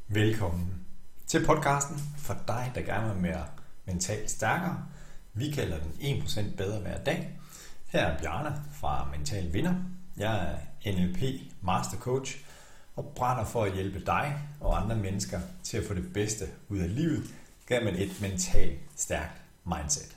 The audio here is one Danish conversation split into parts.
Velkommen til podcasten for dig, der gerne vil være mentalt stærkere. Vi kalder den 1% bedre hver dag. Her er Bjarne fra Mental Vinder. Jeg er NLP Master Coach og brænder for at hjælpe dig og andre mennesker til at få det bedste ud af livet gennem et mentalt stærkt mindset.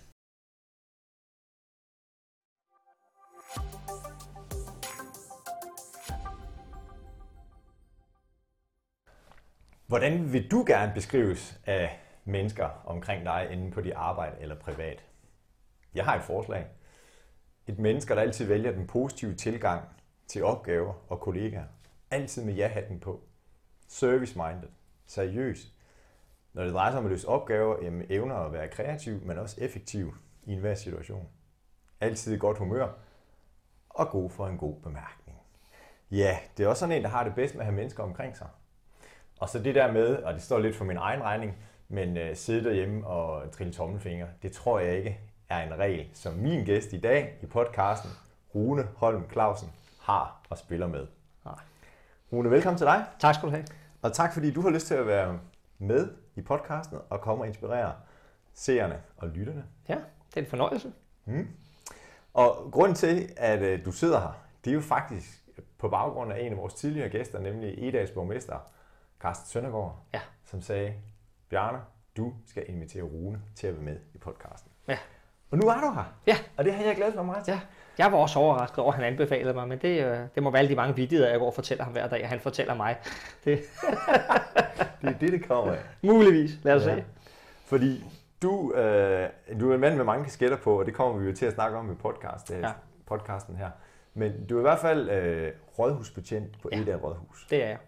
Hvordan vil du gerne beskrives af mennesker omkring dig inde på dit arbejde eller privat? Jeg har et forslag. Et menneske, der altid vælger den positive tilgang til opgaver og kollegaer. Altid med ja-hatten på. Service-minded. Seriøs. Når det drejer sig om at løse opgaver, evner at være kreativ, men også effektiv i enhver situation. Altid i godt humør og god for en god bemærkning. Ja, det er også sådan en, der har det bedst med at have mennesker omkring sig. Og så det der med, og det står lidt for min egen regning, men sidde derhjemme og trille tommelfinger, det tror jeg ikke er en regel, som min gæst i dag i podcasten, Rune Holm Clausen, har og spiller med. Nej. Rune, velkommen til dig. Tak skal du have. Og tak fordi du har lyst til at være med i podcasten og komme og inspirere seerne og lytterne. Ja, det er en fornøjelse. Og grunden til, at du sidder her, det er jo faktisk på baggrund af en af vores tidligere gæster, nemlig Edags borgmester, Carsten Søndergaard, som sagde, Bjarne, du skal invitere Rune til at være med i podcasten. Ja. Og nu er du her. Ja. Og det har jeg glædet mig meget til. Ja. Jeg var også overrasket over, at han anbefalede mig, men det må være alle de mange vittigheder, jeg går og fortæller ham hver dag, og han fortæller mig. Det er det kommer af. Muligvis, lad os se. Fordi du er en mand med mange kasketter på, og det kommer vi jo til at snakke om i podcasten her. Men du er i hvert fald rådhusbetjent på Edag Rådhus. Det er jeg.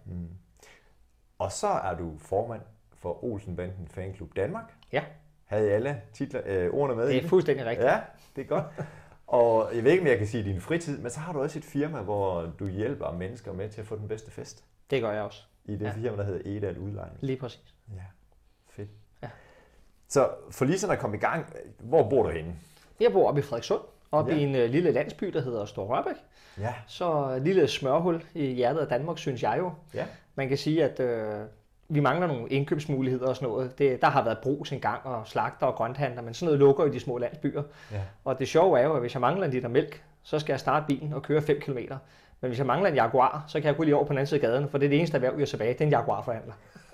Og så er du formand for Olsen-banden Fanklub Danmark. Ja. Havde I alle ordene med? Det er fuldstændig rigtigt. Ja, det er godt. Og jeg ved ikke, om jeg kan sige din fritid, men så har du også et firma, hvor du hjælper mennesker med til at få den bedste fest. Det gør jeg også. I det firma, der hedder Edag Udlejning. Lige præcis. Ja, fedt. Ja. Så for lige sådan at komme i gang, hvor bor du henne? Jeg bor oppe i Frederikssund, oppe i en lille landsby, der hedder Stor Rørbæk. Ja. Så et lille smørhul i hjertet af Danmark, synes jeg jo. Ja. Man kan sige, at vi mangler nogle indkøbsmuligheder og sådan noget. Der har været brugs engang, og slagter og grønthandler, men sådan noget lukker i de små landsbyer. Ja. Og det sjove er jo, at hvis jeg mangler en liter mælk, så skal jeg starte bilen og køre 5 km. Men hvis jeg mangler en Jaguar, så kan jeg gå lige over på den anden side af gaden, for det er det eneste erhverv, vi er tilbage. Det er en Jaguar-forhandler.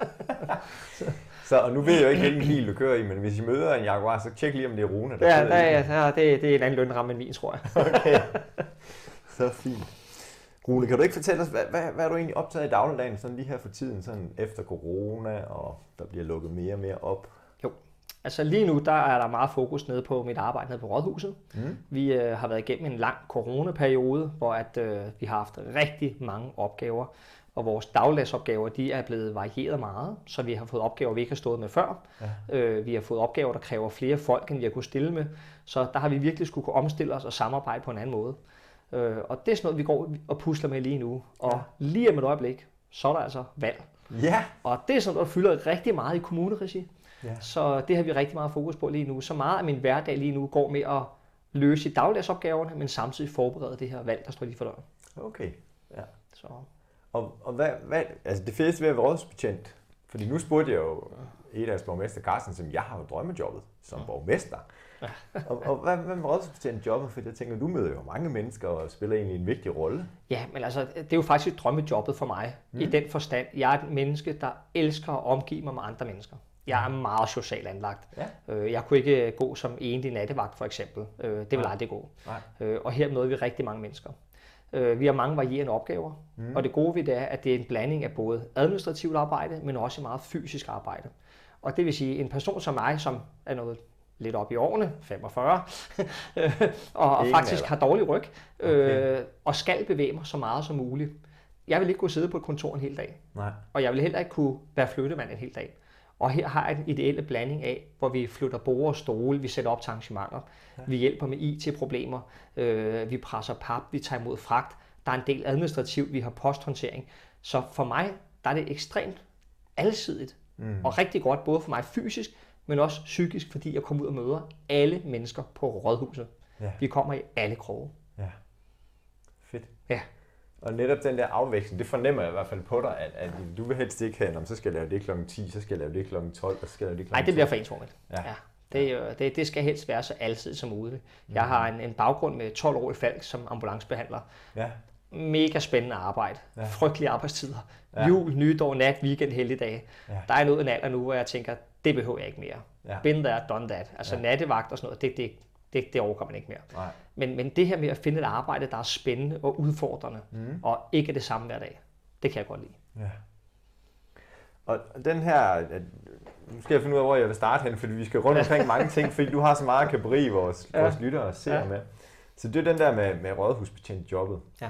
Og nu ved jeg jo ikke, hvilken bil du kører i, men hvis I møder en Jaguar, så tjek lige, om det er Rune, der det er en anden lønramme end min, tror jeg. Okay. Så fint. Rune, kan du ikke fortælle os, hvad er du egentlig optaget i dagligdagen, sådan lige her for tiden, sådan efter corona, og der bliver lukket mere og mere op? Jo, altså lige nu, der er der meget fokus nede på mit arbejde nede på Rådhuset. Vi har været igennem en lang coronaperiode, hvor vi har haft rigtig mange opgaver, og vores dagligdagsopgaver, de er blevet varieret meget, så vi har fået opgaver, vi ikke har stået med før. Ja. Vi har fået opgaver, der kræver flere folk, end vi har kunnet stille med, så der har vi virkelig skulle kunne omstille os og samarbejde på en anden måde. Og det er sådan noget, vi går og pusler med lige nu. Og lige om et øjeblik, så er der altså valg. Ja. Og det er sådan noget, der fylder rigtig meget i kommuneregi. Ja. Så det har vi rigtig meget fokus på lige nu. Så meget af min hverdag lige nu går med at løse dagligdagsopgaverne, men samtidig forberede det her valg, der står lige for døren. Okay, ja. Så. Og hvad, altså det fedeste ved at være rådsbetjent, fordi nu spurgte jeg jo Edags borgmester Carsten, som jeg har jo drømmejobbet som borgmester. Og hvad med rådsbetjent-jobbet? For jeg tænker, du møder jo mange mennesker og spiller egentlig en vigtig rolle. Ja, men altså, det er jo faktisk drømmejobbet for mig. I den forstand, jeg er et menneske, der elsker at omgive mig med andre mennesker. Jeg er meget socialt anlagt. Ja. Jeg kunne ikke gå som enlig nattevagt, for eksempel. Det vil aldrig gå. Og her møder vi rigtig mange mennesker. Vi har mange varierende opgaver, og det gode ved det er, at det er en blanding af både administrativt arbejde, men også meget fysisk arbejde. Og det vil sige, en person som mig, som er noget lidt op i årene, 45, og faktisk har dårlig ryg, og skal bevæge mig så meget som muligt. Jeg vil ikke kunne sidde på et kontor en hel dag, og jeg vil heller ikke kunne være flyttemand en hel dag. Og her har jeg den ideelle blanding af, hvor vi flytter borde og stole, vi sætter op til arrangementer, vi hjælper med IT-problemer, vi presser pap, vi tager imod fragt, der er en del administrativt, vi har posthåndtering. Så for mig, der er det ekstremt alsidigt og rigtig godt, både for mig fysisk, men også psykisk, fordi jeg kommer ud og møder alle mennesker på Rådhuset. Ja. Vi kommer i alle kroge. Ja. Fedt. Ja. Og netop den der afveksling, det fornemmer jeg i hvert fald på dig, at du vil helst ikke have, så skal jeg lave det kl. 10, så skal jeg lave det kl. 12, og så skal jeg lave det kl. Nej, det bliver for ensformigt. Det skal helst være så altid som muligt. Jeg har en baggrund med 12 år i Falck som ambulancebehandler. Ja. Mega spændende arbejde. Ja. Frygtelige arbejdstider. Ja. Jul, nytår, nat, weekend, helligdage. Ja. Der er noget en alder nu, hvor jeg tænker, det behøver jeg ikke mere. Ja. Been there, done that. Altså nattevagt og sådan noget, det overgår man ikke mere. Men det her med at finde et arbejde, der er spændende og udfordrende, og ikke det samme hver dag, det kan jeg godt lide. Ja. Og den her, nu skal jeg finde ud af, hvor jeg vil starte hen, fordi vi skal rundt omkring mange ting, fordi du har så meget kan berige vores lyttere og seere med. Så det er den der med rådhusbetjent-jobbet. Ja.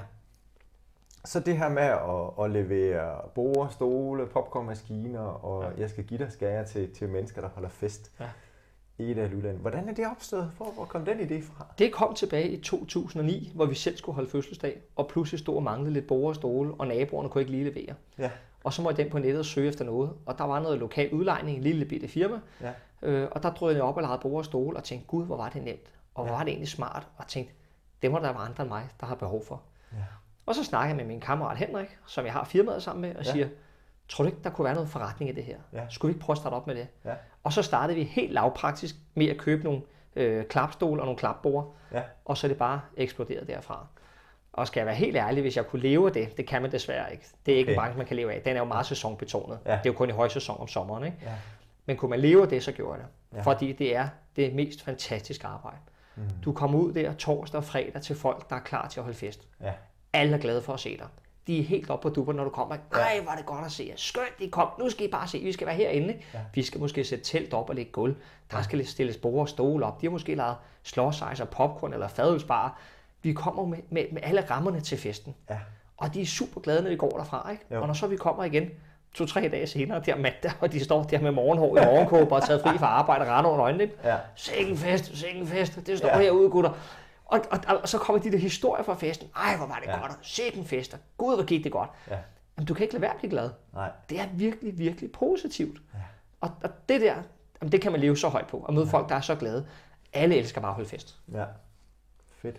Så det her med at levere borde, stole, popcornmaskiner, og jeg skal give dig skære til mennesker, der holder fest i det udland. Hvordan er det opstået? Hvor kom den idé fra? Det kom tilbage i 2009, hvor vi selv skulle holde fødselsdag, og pludselig stod og manglede lidt borde og stole, og naboerne kunne ikke lige levere. Ja. Og så måtte jeg den på nettet og søge efter noget, og der var noget lokal udlejning, en lille bitte firma, og der drøjede jeg op og lejede borde og stole, og tænkte, gud, hvor var det nemt, og hvor var det egentlig smart, og tænkte, det må der være andre end mig, der har behov for. Ja. Og så snakker jeg med min kammerat Henrik, som jeg har firmaet sammen med, og siger, tror du ikke, der kunne være noget forretning i det her? Ja. Skulle vi ikke prøve at starte op med det? Ja. Og så startede vi helt lavpraktisk med at købe nogle klapstole og nogle klapborde, og så er det bare eksploderet derfra. Og skal jeg være helt ærlig, hvis jeg kunne leve af det kan man desværre ikke. Det er ikke en branche, man kan leve af. Den er jo meget sæsonbetonet. Ja. Det er jo kun i højsæson om sommeren, ikke? Ja. Men kunne man leve af det, så gjorde jeg det. Ja. Fordi det er det mest fantastiske arbejde. Mm. Du kommer ud der torsdag og fredag til folk, der er klar til at holde fest. Ja. Alle er glade for at se dig. De er helt oppe på dupperne, når du kommer. Ej, hvor er det godt at se jer. Skønt, I kom. Nu skal I bare se. Vi skal være herinde. Ja. Vi skal måske sætte telt op og lægge gulv. Der skal stilles borde og stole op. De har måske lavet slåsejs og popcorn eller fadølsbarer. Vi kommer med alle rammerne til festen. Ja. Og de er super glade, når vi går derfra. Ikke? Og når så vi kommer igen 2-3 dage senere, der mandag, og de står der med morgenhår i morgenkåber og taget fri fra arbejde og render under øjnene. Ja. Sikken fest. Det står herude, gutter. Og så kommer de der historier fra festen. Ej, hvor var det godt. Sikken fester. Gud, hvor gik det godt. Ja. Jamen, du kan ikke lade være at blive glad. Nej. Det er virkelig, virkelig positivt. Ja. Og det der, jamen, det kan man leve så højt på. Og møde folk, der er så glade. Alle elsker bare at holde fest. Ja. Fedt.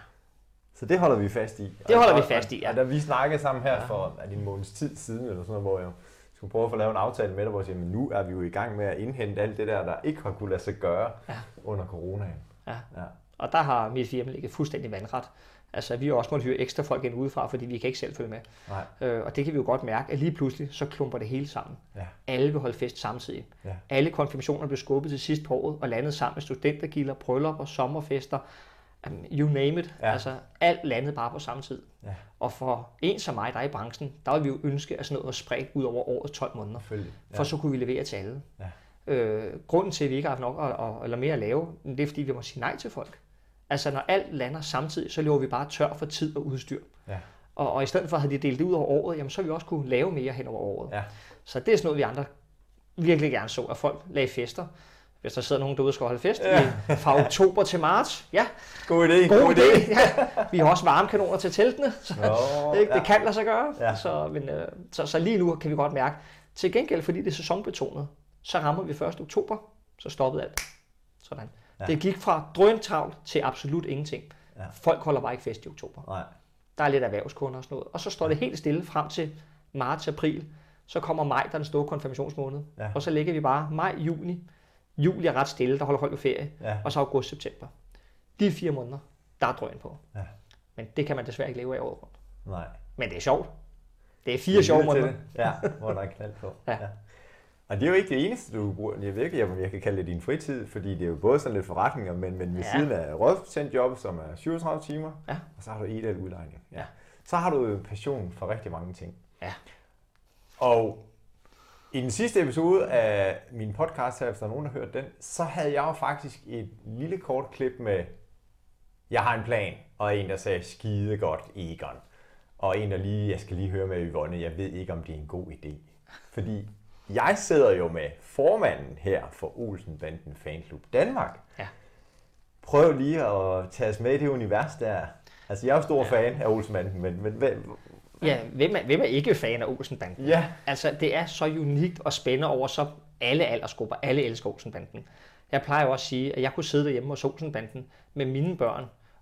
Så det holder vi fast i. Det holder vi fast i, ja. Og da vi snakkede sammen her for en måneds tid siden, eller sådan noget, hvor jeg skulle prøve at få lavet en aftale med dig, hvor jeg siger, men nu er vi jo i gang med at indhente alt det der ikke har kunne lade sig gøre under coronaen. Ja. Og der har mit firma ligget fuldstændig vandret. Altså, vi har også måttet hyre ekstra folk ind udefra, fordi vi kan ikke selv følge med. Og det kan vi jo godt mærke, at lige pludselig, så klumper det hele sammen. Ja. Alle vil holde fest samtidig. Ja. Alle konfirmationer blev skubbet til sidst på året og landet sammen med studentergilder, bryllupper, sommerfester, you name it. Ja. Altså, alt landede bare på samme tid. Ja. Og for en som mig, der er i branchen, der vil vi jo ønske, at sådan noget var spredt ud over årets 12 måneder. Ja. For så kunne vi levere til alle. Ja. Grunden til, at vi ikke har haft nok eller mere at lave, det er, fordi vi må sige nej til folk. Altså, når alt lander samtidig, så løber vi bare tør for tid og udstyr. Ja. Og i stedet for, at de delt det ud over året, jamen, så vil vi også kunne lave mere hen over året. Ja. Så det er sådan noget, vi andre virkelig gerne så, at folk lagde fester. Hvis der sidder nogen derude og skal holde fest fra oktober til marts. Ja, god idé. Ja. Vi har også varmekanoner til teltene, så det kan lade sig gøre. Ja. Så lige nu kan vi godt mærke, til gengæld, fordi det er sæsonbetonet, så rammer vi 1. oktober, så stoppede alt. Sådan. Ja. Det gik fra drøntravlt til absolut ingenting. Ja. Folk holder bare ikke fest i oktober. Nej. Der er lidt erhvervskunder og sådan noget. Og så står det helt stille frem til marts, april. Så kommer maj, der er den store konfirmationsmåned. Ja. Og så ligger vi bare maj, juni. Juli er ret stille, der holder folk på ferie. Ja. Og så august, september. De 4 måneder, der er drøn på. Ja. Men det kan man desværre ikke leve af året rundt. Nej. Men det er sjovt. Det er 4 sjove måneder. Ja, hvor der er knald på. Ja. Og det er jo ikke det eneste, du bruger. Jeg ved ikke, om jeg kan kalde det din fritid, fordi det er jo både sådan lidt forretninger, men ved siden af rådhusbetjent-jobbet, som er 37 timer, og så har du EDL udlejning. Ja. Så har du jo passion for rigtig mange ting. Ja. Og i den sidste episode af min podcast her, hvis der er nogen, der har hørt den, så havde jeg jo faktisk et lille kort klip med, jeg har en plan, og en, der sagde, skide godt, Egon. Og en, der jeg skal lige høre med Yvonne, jeg ved ikke, om det er en god idé. Fordi jeg sidder jo med formanden her for Olsen-banden Fanklub Danmark. Ja. Prøv lige at tage os med i det univers der. Altså, jeg er jo stor fan af Olsen-banden, men ja, hvem er ikke fan af Olsen-banden? Ja. Altså, det er så unikt og spændende over så alle aldersgrupper. Alle elsker Olsen-banden. Jeg plejer jo også at sige, at jeg kunne sidde derhjemme hos Olsen-banden med mine børn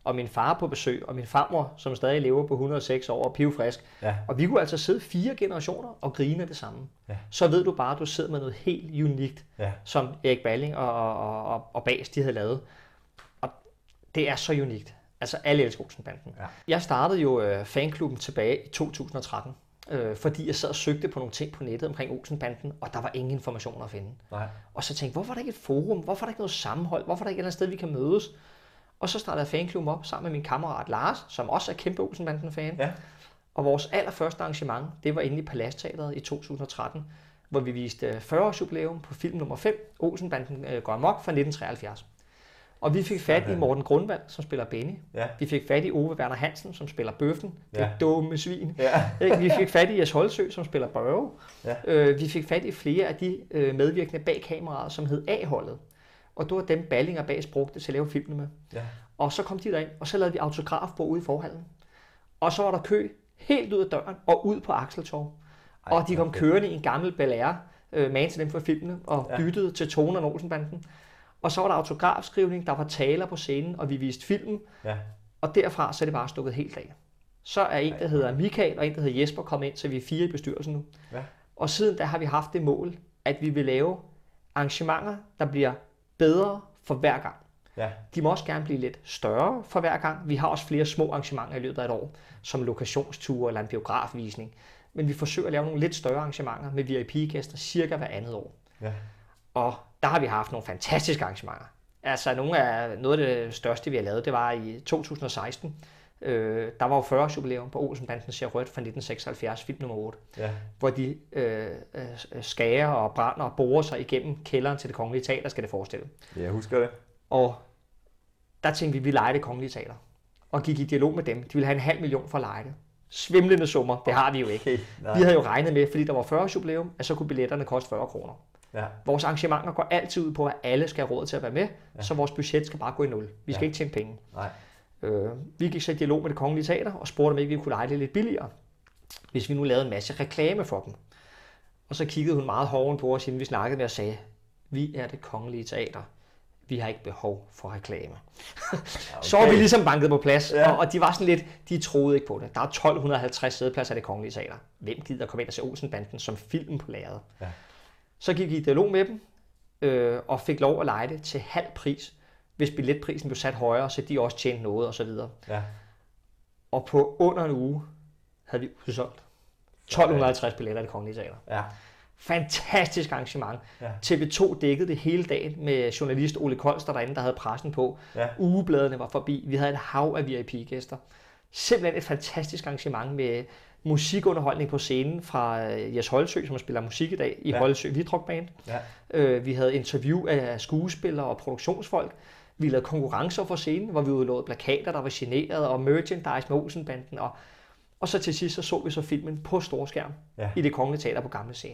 og min far på besøg, og min farmor, som stadig lever på 106 år og pivfrisk. Ja. Og vi kunne altså sidde 4 generationer og grine af det samme. Ja. Så ved du bare, at du sidder med noget helt unikt, som Erik Balling og Bas, de havde lavet. Og det er så unikt. Altså alle elsker Olsen-banden. Ja. Jeg startede jo fanklubben tilbage i 2013. Fordi jeg sad og søgte på nogle ting på nettet omkring Olsen-banden, og der var ingen informationer at finde. Nej. Og så tænkte jeg, hvorfor er der ikke et forum? Hvorfor er der ikke noget sammenhold? Hvorfor er der ikke et eller andet sted, vi kan mødes? Og så startede jeg fanklubben op sammen med min kammerat Lars, som også er kæmpe Olsen-banden-fan. Ja. Og vores allerførste arrangement, det var inde i Paladsteatret i 2013, hvor vi viste 40-års jubilæum på film nummer 5, Olsen-banden går amok fra 1973. Og vi fik fat i Morten Grundvald, som spiller Benny. Ja. Vi fik fat i Ove Werner Hansen, som spiller Bøffen. Det dumme svin. Ja. Vi fik fat i Jes Holtsø, som spiller Børge. Ja. Vi fik fat i flere af de medvirkende bag kameraet, som hed A-holdet. Og det var dem, Balling og Bas brugte til at lave filmene med. Ja. Og så kom de derind, og så lavede vi autografbog ude i forhallen. Og så var der kø helt ud af døren og ud på Axeltorv. Og de kom kørende i en gammel Bel Air, man til dem for filmene, og byttede til tonerne af Olsen-banden. Og så var der autografskrivning, der var taler på scenen, og vi viste filmen. Ja. Og derfra så er det bare stukket helt af. Så er en, der hedder Michael, og en, der hedder Jesper, kommet ind, så vi er 4 i bestyrelsen nu. Ja. Og siden da har vi haft det mål, at vi vil lave arrangementer, der bliver bedre for hver gang. Ja. De må også gerne blive lidt større for hver gang. Vi har også flere små arrangementer i løbet af et år, som lokationsture eller en biografvisning. Men vi forsøger at lave nogle lidt større arrangementer med VIP-gæster cirka hver andet år. Ja. Og der har vi haft nogle fantastiske arrangementer. Altså noget af det største, vi har lavet, det var i 2016. Der var jo 40-års jubilæum på Olsen-banden ser rødt fra 1976, film nummer 8. Ja. Hvor de skærer og brænder og borer sig igennem kælderen til Det Kongelige Teater, skal det forestille. Ja, jeg husker det. Og der tænkte vi leje Det Kongelige Teater. Og gik i dialog med dem. De ville have 500.000 for at leje det. Svimlende summer, det har vi jo ikke. Okay, vi havde jo regnet med, fordi der var 40-års jubilæum, at så kunne billetterne koste 40 kroner. Ja. Vores arrangementer går altid ud på, at alle skal have råd til at være med, så vores budget skal bare gå i nul. Vi skal ikke tjene penge. Nej. Vi gik så i dialog med Det Kongelige Teater og spurgte, om ikke vi kunne leje det lidt billigere, hvis vi nu lavede en masse reklame for dem. Og så kiggede hun meget hårdt på os, inden vi snakkede med og sagde, vi er Det Kongelige Teater. Vi har ikke behov for reklame. Okay. Så var vi ligesom banket på plads, og de var sådan lidt, de troede ikke på det. Der er 1250 sædepladser i Det Kongelige Teater. Hvem gider komme ind og se Olsen-banden som film på lærredet? Ja. Så gik vi i dialog med dem, og fik lov at leje det til halv pris, hvis billetprisen blev sat højere, så de også tjente noget og så videre. Ja. Og på under en uge havde vi udsolgt 1250 billetter i Det Kongelige Teater. Ja. Fantastisk arrangement. Ja. TV2 dækkede det hele dagen med journalist Ole Kolster derinde, der havde pressen på. Ja. Ugebladene var forbi. Vi havde et hav af VIP-gæster. Simpelthen et fantastisk arrangement med musikunderholdning på scenen fra Jes Holtsø, som spiller musik i dag i Holtsø Vidrock Band. Ja. Vi havde interview af skuespillere og produktionsfolk. Vi lavede konkurrencer for scenen, hvor vi udlovede plakater, der var generet, og merchandise med Olsen-banden. Og så til sidst så vi så filmen på storskærm i Det Kongelige Teater på Gamle Scene.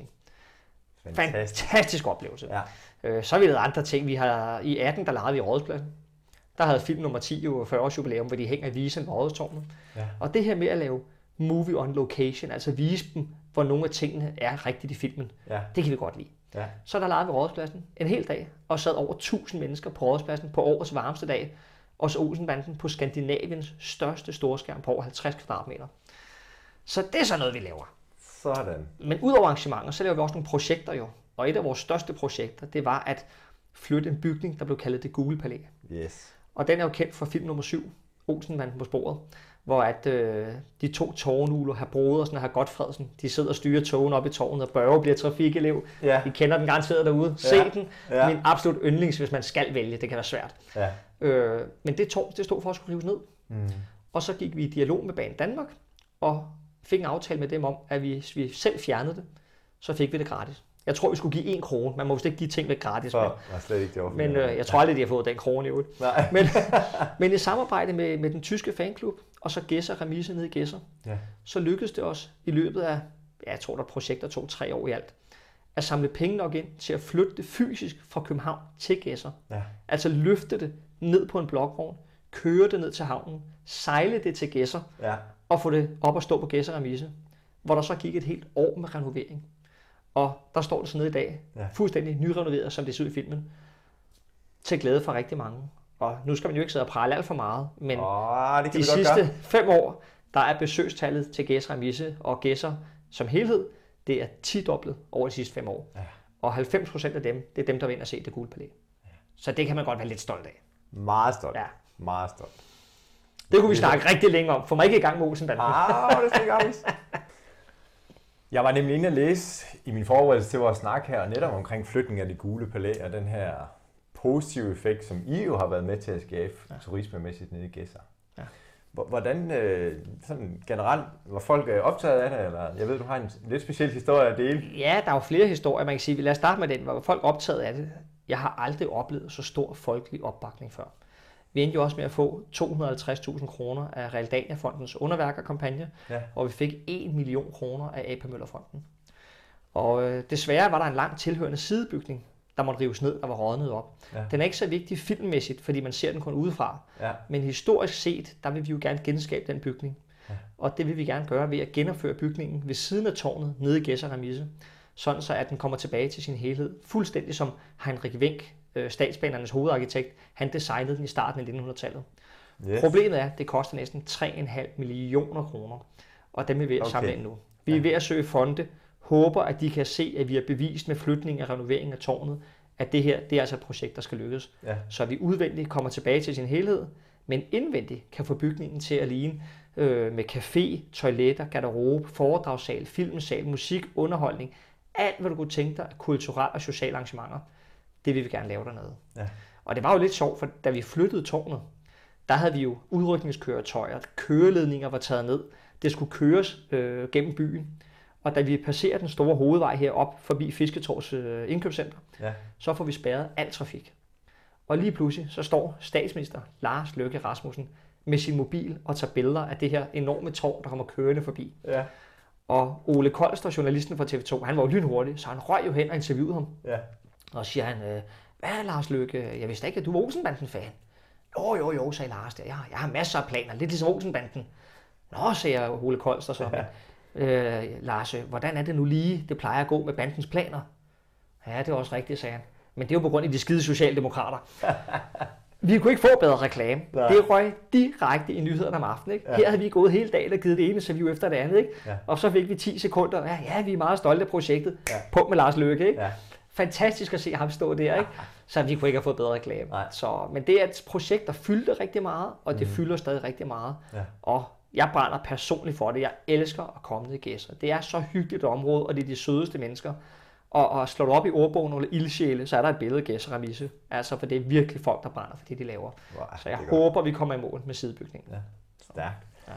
Fantastisk oplevelse. Ja. Så har vi lavet andre ting. Vi har i 18, der legede vi i Rådhuspladsen. Der havde film nummer 10 jo 40-års jubilæum, hvor de hænger i visen på Rådhustårnet. Ja. Og det her med at lave movie on location, altså vise dem, hvor nogle af tingene er rigtigt i filmen, det kan vi godt lide. Ja. Så der legede vi Rådhuspladsen en hel dag, og sad over 1000 mennesker på Rådhuspladsen på årets varmeste dag, og så Olsen-banden på Skandinaviens største storskærm på over 50 kvadratmeter. Så det er så noget, vi laver. Sådan. Men ud over arrangementer, så laver vi også nogle projekter jo. Og et af vores største projekter, det var at flytte en bygning, der blev kaldet Det Gule Palæ. Yes. Og den er jo kendt fra film nummer 7, Olsen-banden på sporet, hvor at de 2 tårnugler, Hr. Brodersen og Hr. Godfredsen, de sidder og styrer togen op i tårnet, og Børge bliver trafikelev. Ja. I kender den garanteret derude. Se den. Ja. Min absolut yndlings, hvis man skal vælge. Det kan være svært. Ja. Men det tårn, det stod for at skulle rives ned. Mm. Og så gik vi i dialog med Banen Danmark, og fik en aftale med dem om, at hvis vi selv fjernede det, så fik vi det gratis. Jeg tror, vi skulle give 1 krone. Man må vist ikke give ting væk gratis. Men jeg tror aldrig, de har fået den krone i øvrigt. Men i samarbejde med den tyske fanklub, og så Gæsser Remise nede i Gæsser, så lykkedes det os i løbet af, jeg tror, der projekter tog 3 år i alt, at samle penge nok ind til at flytte det fysisk fra København til Gæsser. Ja. Altså løfte det ned på en blokvogn, køre det ned til havnen, sejle det til Gæsser, og få det op og stå på Gæsser Remise, hvor der så gik et helt år med renovering. Og der står det sådan nede i dag, fuldstændig nyrenoveret, som det ser ud i filmen, til glæde for rigtig mange. og nu skal man jo ikke sidde og prale alt for meget, men de sidste 5 år, der er besøgstallet til Gæsser Remise og Gæsser som helhed, det er 10-doblet over de sidste 5 år. Ja. Og 90% af dem, det er dem, der vil ind og se Det Gule Palæ. Ja. Så det kan man godt være lidt stolt af. Meget stolt. Ja. Meget stolt. Det kunne vi snakke rigtig længe om. Få mig ikke i gang med Olsenbanden. Det skal ikke Jeg var nemlig inde at læse i min forberedelse til vores snak her, netop omkring flytning af Det Gule Palæ og den her positive effekt, som I jo har været med til at skabe turismemæssigt nede i Gedser. Ja. Hvordan sådan generelt var folk optaget af det, eller jeg ved, du har en lidt speciel historie at dele? Ja, der er jo flere historier, man kan sige. Lad os starte med den. Var folk optaget af det? Jeg har aldrig oplevet så stor folkelig opbakning før. Vi endte jo også med at få 250.000 kroner af Realdania-fondens underværkerkampagne, og vi fik 1 million kroner af AP Møller-fonden. Og desværre var der en lang tilhørende sidebygning, der måtte rives ned, der var rådnet op. Ja. Den er ikke så vigtig filmmæssigt, fordi man ser den kun udefra. Ja. Men historisk set, der vil vi jo gerne genskabe den bygning. Ja. Og det vil vi gerne gøre ved at genopføre bygningen ved siden af tårnet nede i Gedser Remise, sådan så at den kommer tilbage til sin helhed, fuldstændig som Heinrich Wenck, statsbanernes hovedarkitekt, han designede den i starten af 1900-tallet. Yes. Problemet er, at det koster næsten 3,5 millioner kroner, og dem er vi ved at samle ind nu. Vi er ved at søge fonde, håber, at de kan se, at vi har bevist med flytning og renovering af tårnet, at det her, det er altså et projekt, der skal lykkes. Ja. Så vi udvendigt kommer tilbage til sin helhed, men indvendigt kan få bygningen til at ligne med café, toiletter, garderobe, foredragssal, filmsal, musik, underholdning, alt hvad du kunne tænke dig af kulturelle og sociale arrangementer. Det vil vi gerne lave dernede. Ja. Og det var jo lidt sjovt, for da vi flyttede tårnet, der havde vi jo udrykningskøretøjer, køreledninger var taget ned, det skulle køres gennem byen. Og da vi passerer den store hovedvej herop forbi Fisketårs indkøbscenter, så får vi spærret al trafik. Og lige pludselig så står statsminister Lars Løkke Rasmussen med sin mobil og tager billeder af det her enorme tårn, der kommer kørende forbi. Ja. Og Ole Kolster, journalisten fra TV2, han var jo lynhurtig, så han røg jo hen og interviewede ham. Ja. Og siger han, hvad Lars Løkke, jeg vidste ikke, at du var Olsenbanden-fan. Jo, sagde Lars der. Jeg har masser af planer, lidt ligesom Olsenbanden. Nå, siger Ole Kolster så. Ja. Lars, hvordan er det nu lige, det plejer at gå med bandens planer? Ja, det er også rigtigt, sagde han. Men det er jo på grund af de skide socialdemokrater. Vi kunne ikke få bedre reklame. Nej. Det røg direkte i nyhederne om aftenen. Ikke? Ja. Her havde vi gået hele dagen og givet det ene interview efter det andet. Ikke? Ja. Og så fik vi 10 sekunder. Ja, vi er meget stolte af projektet. Ja. På med Lars Løkke. Ikke? Ja. Fantastisk at se ham stå der. Ikke? Så vi kunne ikke have fået bedre reklame. Men det er et projekt, der fyldte rigtig meget, og det fylder stadig rigtig meget. Ja. Og jeg brænder personligt for det. Jeg elsker at komme til Gedser. Det er så hyggeligt et område, og det er de sødeste mennesker. Og slår du op i ordbogen eller ildsjæle, så er der et billede af Gedser Remise. Altså, for det er virkelig folk, der brænder for det, de laver. Wow, så jeg håber, vi kommer i mål med sidebygningen. Ja, stærkt. Ja.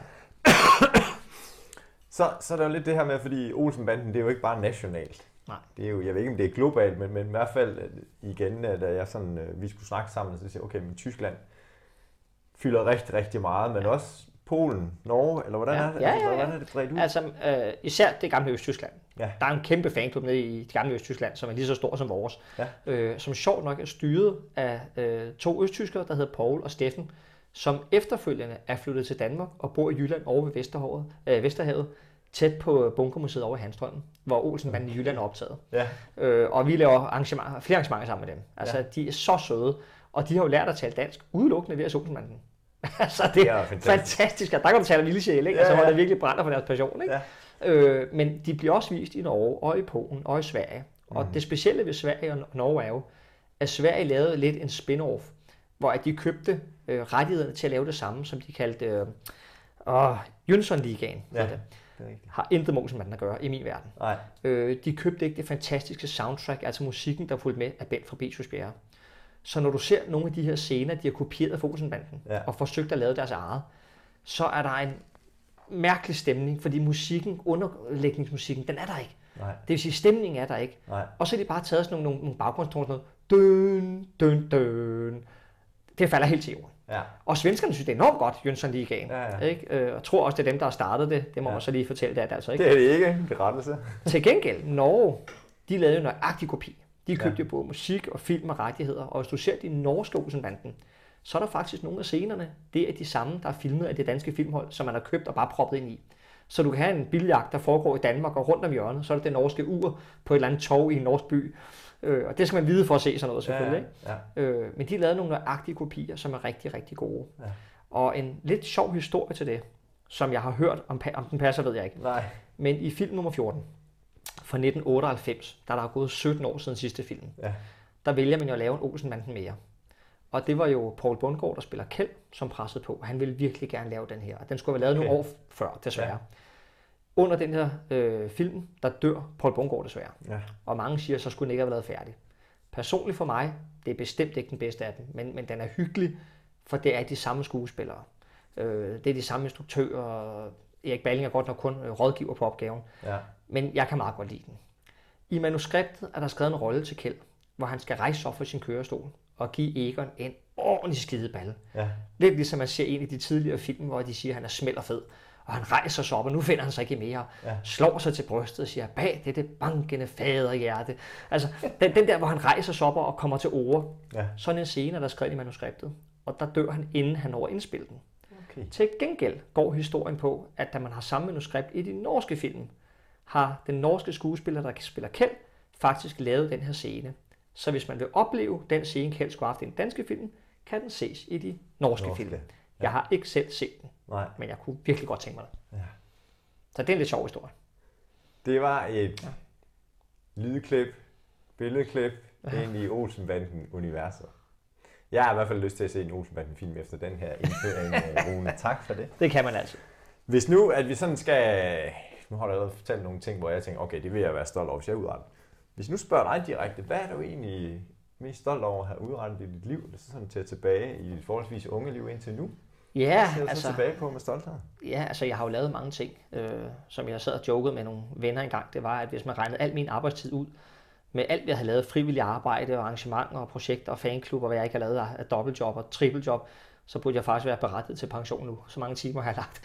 så er der jo lidt det her med, fordi Olsenbanden, det er jo ikke bare nationalt. Nej. Det er jo, jeg ved ikke, om det er globalt, men i hvert fald igen, da jeg sådan, vi skulle snakke sammen, så siger jeg, okay, men Tyskland fylder rigtig, rigtig meget, men også Polen, Norge, eller hvordan er det? Hvordan er det bredt ud? Altså, især det gamle Østtyskland. Ja. Der er en kæmpe fanklub nede i det gamle Østtyskland, som er lige så stor som vores. Ja. Som sjovt nok er styret af 2 østtyskere, der hedder Paul og Steffen, som efterfølgende er flyttet til Danmark og bor i Jylland over ved Vesterhavet, tæt på Bunkermuseet over i Hanstholm, hvor Olsenbanden i Jylland er optaget. Ja. Og vi laver flere arrangementer sammen med dem. Altså, de er så søde, og de har jo lært at tale dansk udelukkende ved at se Olsenbanden. Altså, det er fantastisk. Der kan du tale en lille sjæl, ikke? Altså, hvor der virkelig brænder for deres passion, ikke? Ja. Men de bliver også vist i Norge og i Polen og i Sverige. Og det specielle ved Sverige og Norge er jo, at Sverige lavede lidt en spin-off, hvor de købte rettighederne til at lave det samme, som de kaldte Jönssonligaen. Ja. Har intet med Olsenbanden at gøre i min verden. Nej. De købte ikke det fantastiske soundtrack, altså musikken, der fulgte med af Bent fra Betius Bjerre. Så når du ser nogle af de her scener, de har kopieret fra Olsenbanden og forsøgt at lave deres eget, så er der en mærkelig stemning, fordi musikken, underlægningsmusikken, den er der ikke. Nej. Det vil sige, stemningen er der ikke. Nej. Og så er de bare taget sådan nogle baggrundstoner, sådan noget, døn, døn, døn. Det falder helt til jorden. Ja. Og svenskerne synes, det er enormt godt, Jönssonligaen. Ikke? Og tror også, det er dem, der har startet det. Det må man så lige fortælle, det er det altså ikke. Det er det ikke, det rettelse. Til gengæld, Norge, de lavede en nøjagtig kopi. De købte jo både musik og film og rettigheder, og hvis du ser de norske Olsenbanden, så er der faktisk nogle af scenerne, det er de samme, der er filmet af det danske filmhold, som man har købt og bare proppet ind i. Så du kan have en biljagt, der foregår i Danmark og rundt om hjørnet, så er det norske ur på et eller andet torv i en norsk by, Og det skal man vide for at se sådan noget selvfølgelig. Ja. Men de lavede nogle nøjagtige kopier, som er rigtig, rigtig gode. Ja. Og en lidt sjov historie til det, som jeg har hørt, om den passer, ved jeg ikke. Nej. Men i film nummer 14 fra 1998, der er gået 17 år siden sidste film, der vælger man jo at lave en Olsen-banden mere. Og det var jo Poul Bundgaard, der spiller Kjeld, som pressede på. Han ville virkelig gerne lave den her. Og den skulle have været lavet nogle år før, desværre. Ja. Under den her film, der dør Poul Bundgaard desværre. Ja. Og mange siger, så skulle den ikke have været færdig. Personligt for mig, det er bestemt ikke den bedste af dem, men den er hyggelig, for det er de samme skuespillere. Det er de samme instruktører. Erik Balling er godt nok kun rådgiver på opgaven. Ja. Men jeg kan meget godt lide den. I manuskriptet er der skrevet en rolle til Kjeld, hvor han skal rejse op for sin kørestol og give Egon en ordentlig skideballe. Ja. Lidt ligesom man ser en af de tidligere film, hvor de siger, at han er smelt og fed. Og han rejser sig op, og nu finder han sig ikke mere. Ja. Slår sig til brystet og siger, bag det bankende faderhjerte. Altså, den der, hvor han rejser sig op og kommer til ord. Ja. Sådan en scene, der er skrevet i manuskriptet. Og der dør han, inden han når indspille den. Okay. Til gengæld går historien på, at da man har samme manuskript i de norske film, har den norske skuespiller, der spiller Kjeld, faktisk lavet den her scene. Så hvis man vil opleve den scene, Kjeld skulle have haft i den danske film, kan den ses i de norske film. Ja. Jeg har ikke selv set den, men jeg kunne virkelig godt tænke mig det. Ja. Så det er en lidt sjov historie. Det var et lydklip, billedklip ind i Olsen-banden-universet. Jeg har i hvert fald lyst til at se en Olsen-banden-film efter den her indføring, Rune. Tak for det. Det kan man altså. Hvis nu, at vi sådan skal... Nu har jeg allerede fortalt nogle ting, hvor jeg tænker, okay, det vil jeg være stolt over, hvis jeg udretter. Hvis nu spørger dig direkte, hvad er du egentlig mest stolt over at have udrettet i dit liv? Det er sådan til at tilbage i dit forholdsvis unge liv indtil nu. Ja, hvad altså... tilbage på med stolthed? Ja, altså jeg har jo lavet mange ting, som jeg sad og jokede med nogle venner engang. Det var, at hvis man regnede al min arbejdstid ud, med alt, jeg havde lavet, frivillig arbejde og arrangementer og projekter og fanklubber, hvad jeg ikke har lavet af dobbeltjob og trippeljob, så burde jeg faktisk være berettiget til pension nu. Så mange timer har jeg lagt.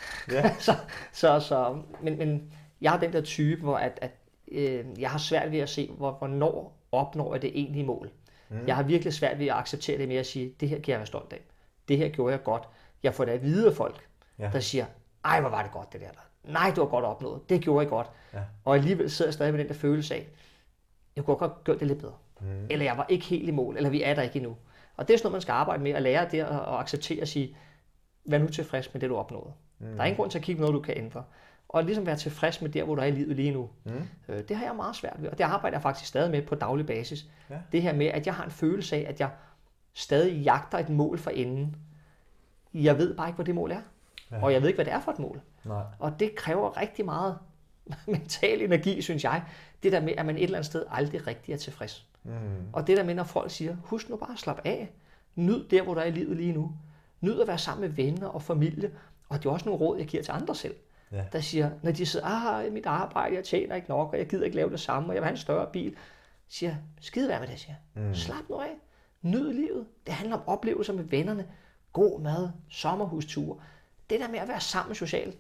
Ja. Men jeg er den der type, hvor jeg har svært ved at se, hvornår opnår jeg det egentlige mål. Jeg har virkelig svært ved at acceptere det med at sige, det her kan jeg være stolt af. Det her gjorde jeg godt. Jeg får da at vide af folk, der siger, ej, hvor var det godt det der. Nej, du har godt opnået. Det gjorde jeg godt. Ja. Og alligevel sidder jeg stadig med den der følelse af, jeg kunne godt gøre det lidt bedre. Eller jeg var ikke helt i mål, eller vi er der ikke endnu. Og det er sådan noget, man skal arbejde med, at lære det og acceptere og sige, vær nu tilfreds med det, du opnåede. Der er ingen grund til at kigge på noget, du kan ændre. Og ligesom være tilfreds med der, hvor du er i livet lige nu. Det har jeg meget svært ved, og det arbejder jeg faktisk stadig med på daglig basis. Ja. Det her med, at jeg har en følelse af, at jeg stadig jagter et mål for enden. Jeg ved bare ikke, hvad det mål er. Ja. Og jeg ved ikke, hvad det er for et mål. Nej. Og det kræver rigtig meget mental energi, synes jeg. Det der med, at man et eller andet sted aldrig rigtig er tilfreds. Og det der med, når folk siger, husk nu bare at slappe af. Nyd der, hvor du er i livet lige nu. Nyd at være sammen med venner og familie. Og det er også nogle råd, jeg giver til andre selv. Ja. Der siger, når de siger, mit arbejde, jeg tjener ikke nok, og jeg gider ikke lave det samme, og jeg vil have en større bil. Siger, skide være med det, siger. Slap nu af. Nyd livet. Det handler om oplevelser med vennerne. God mad, sommerhusture. Det der med at være sammen socialt.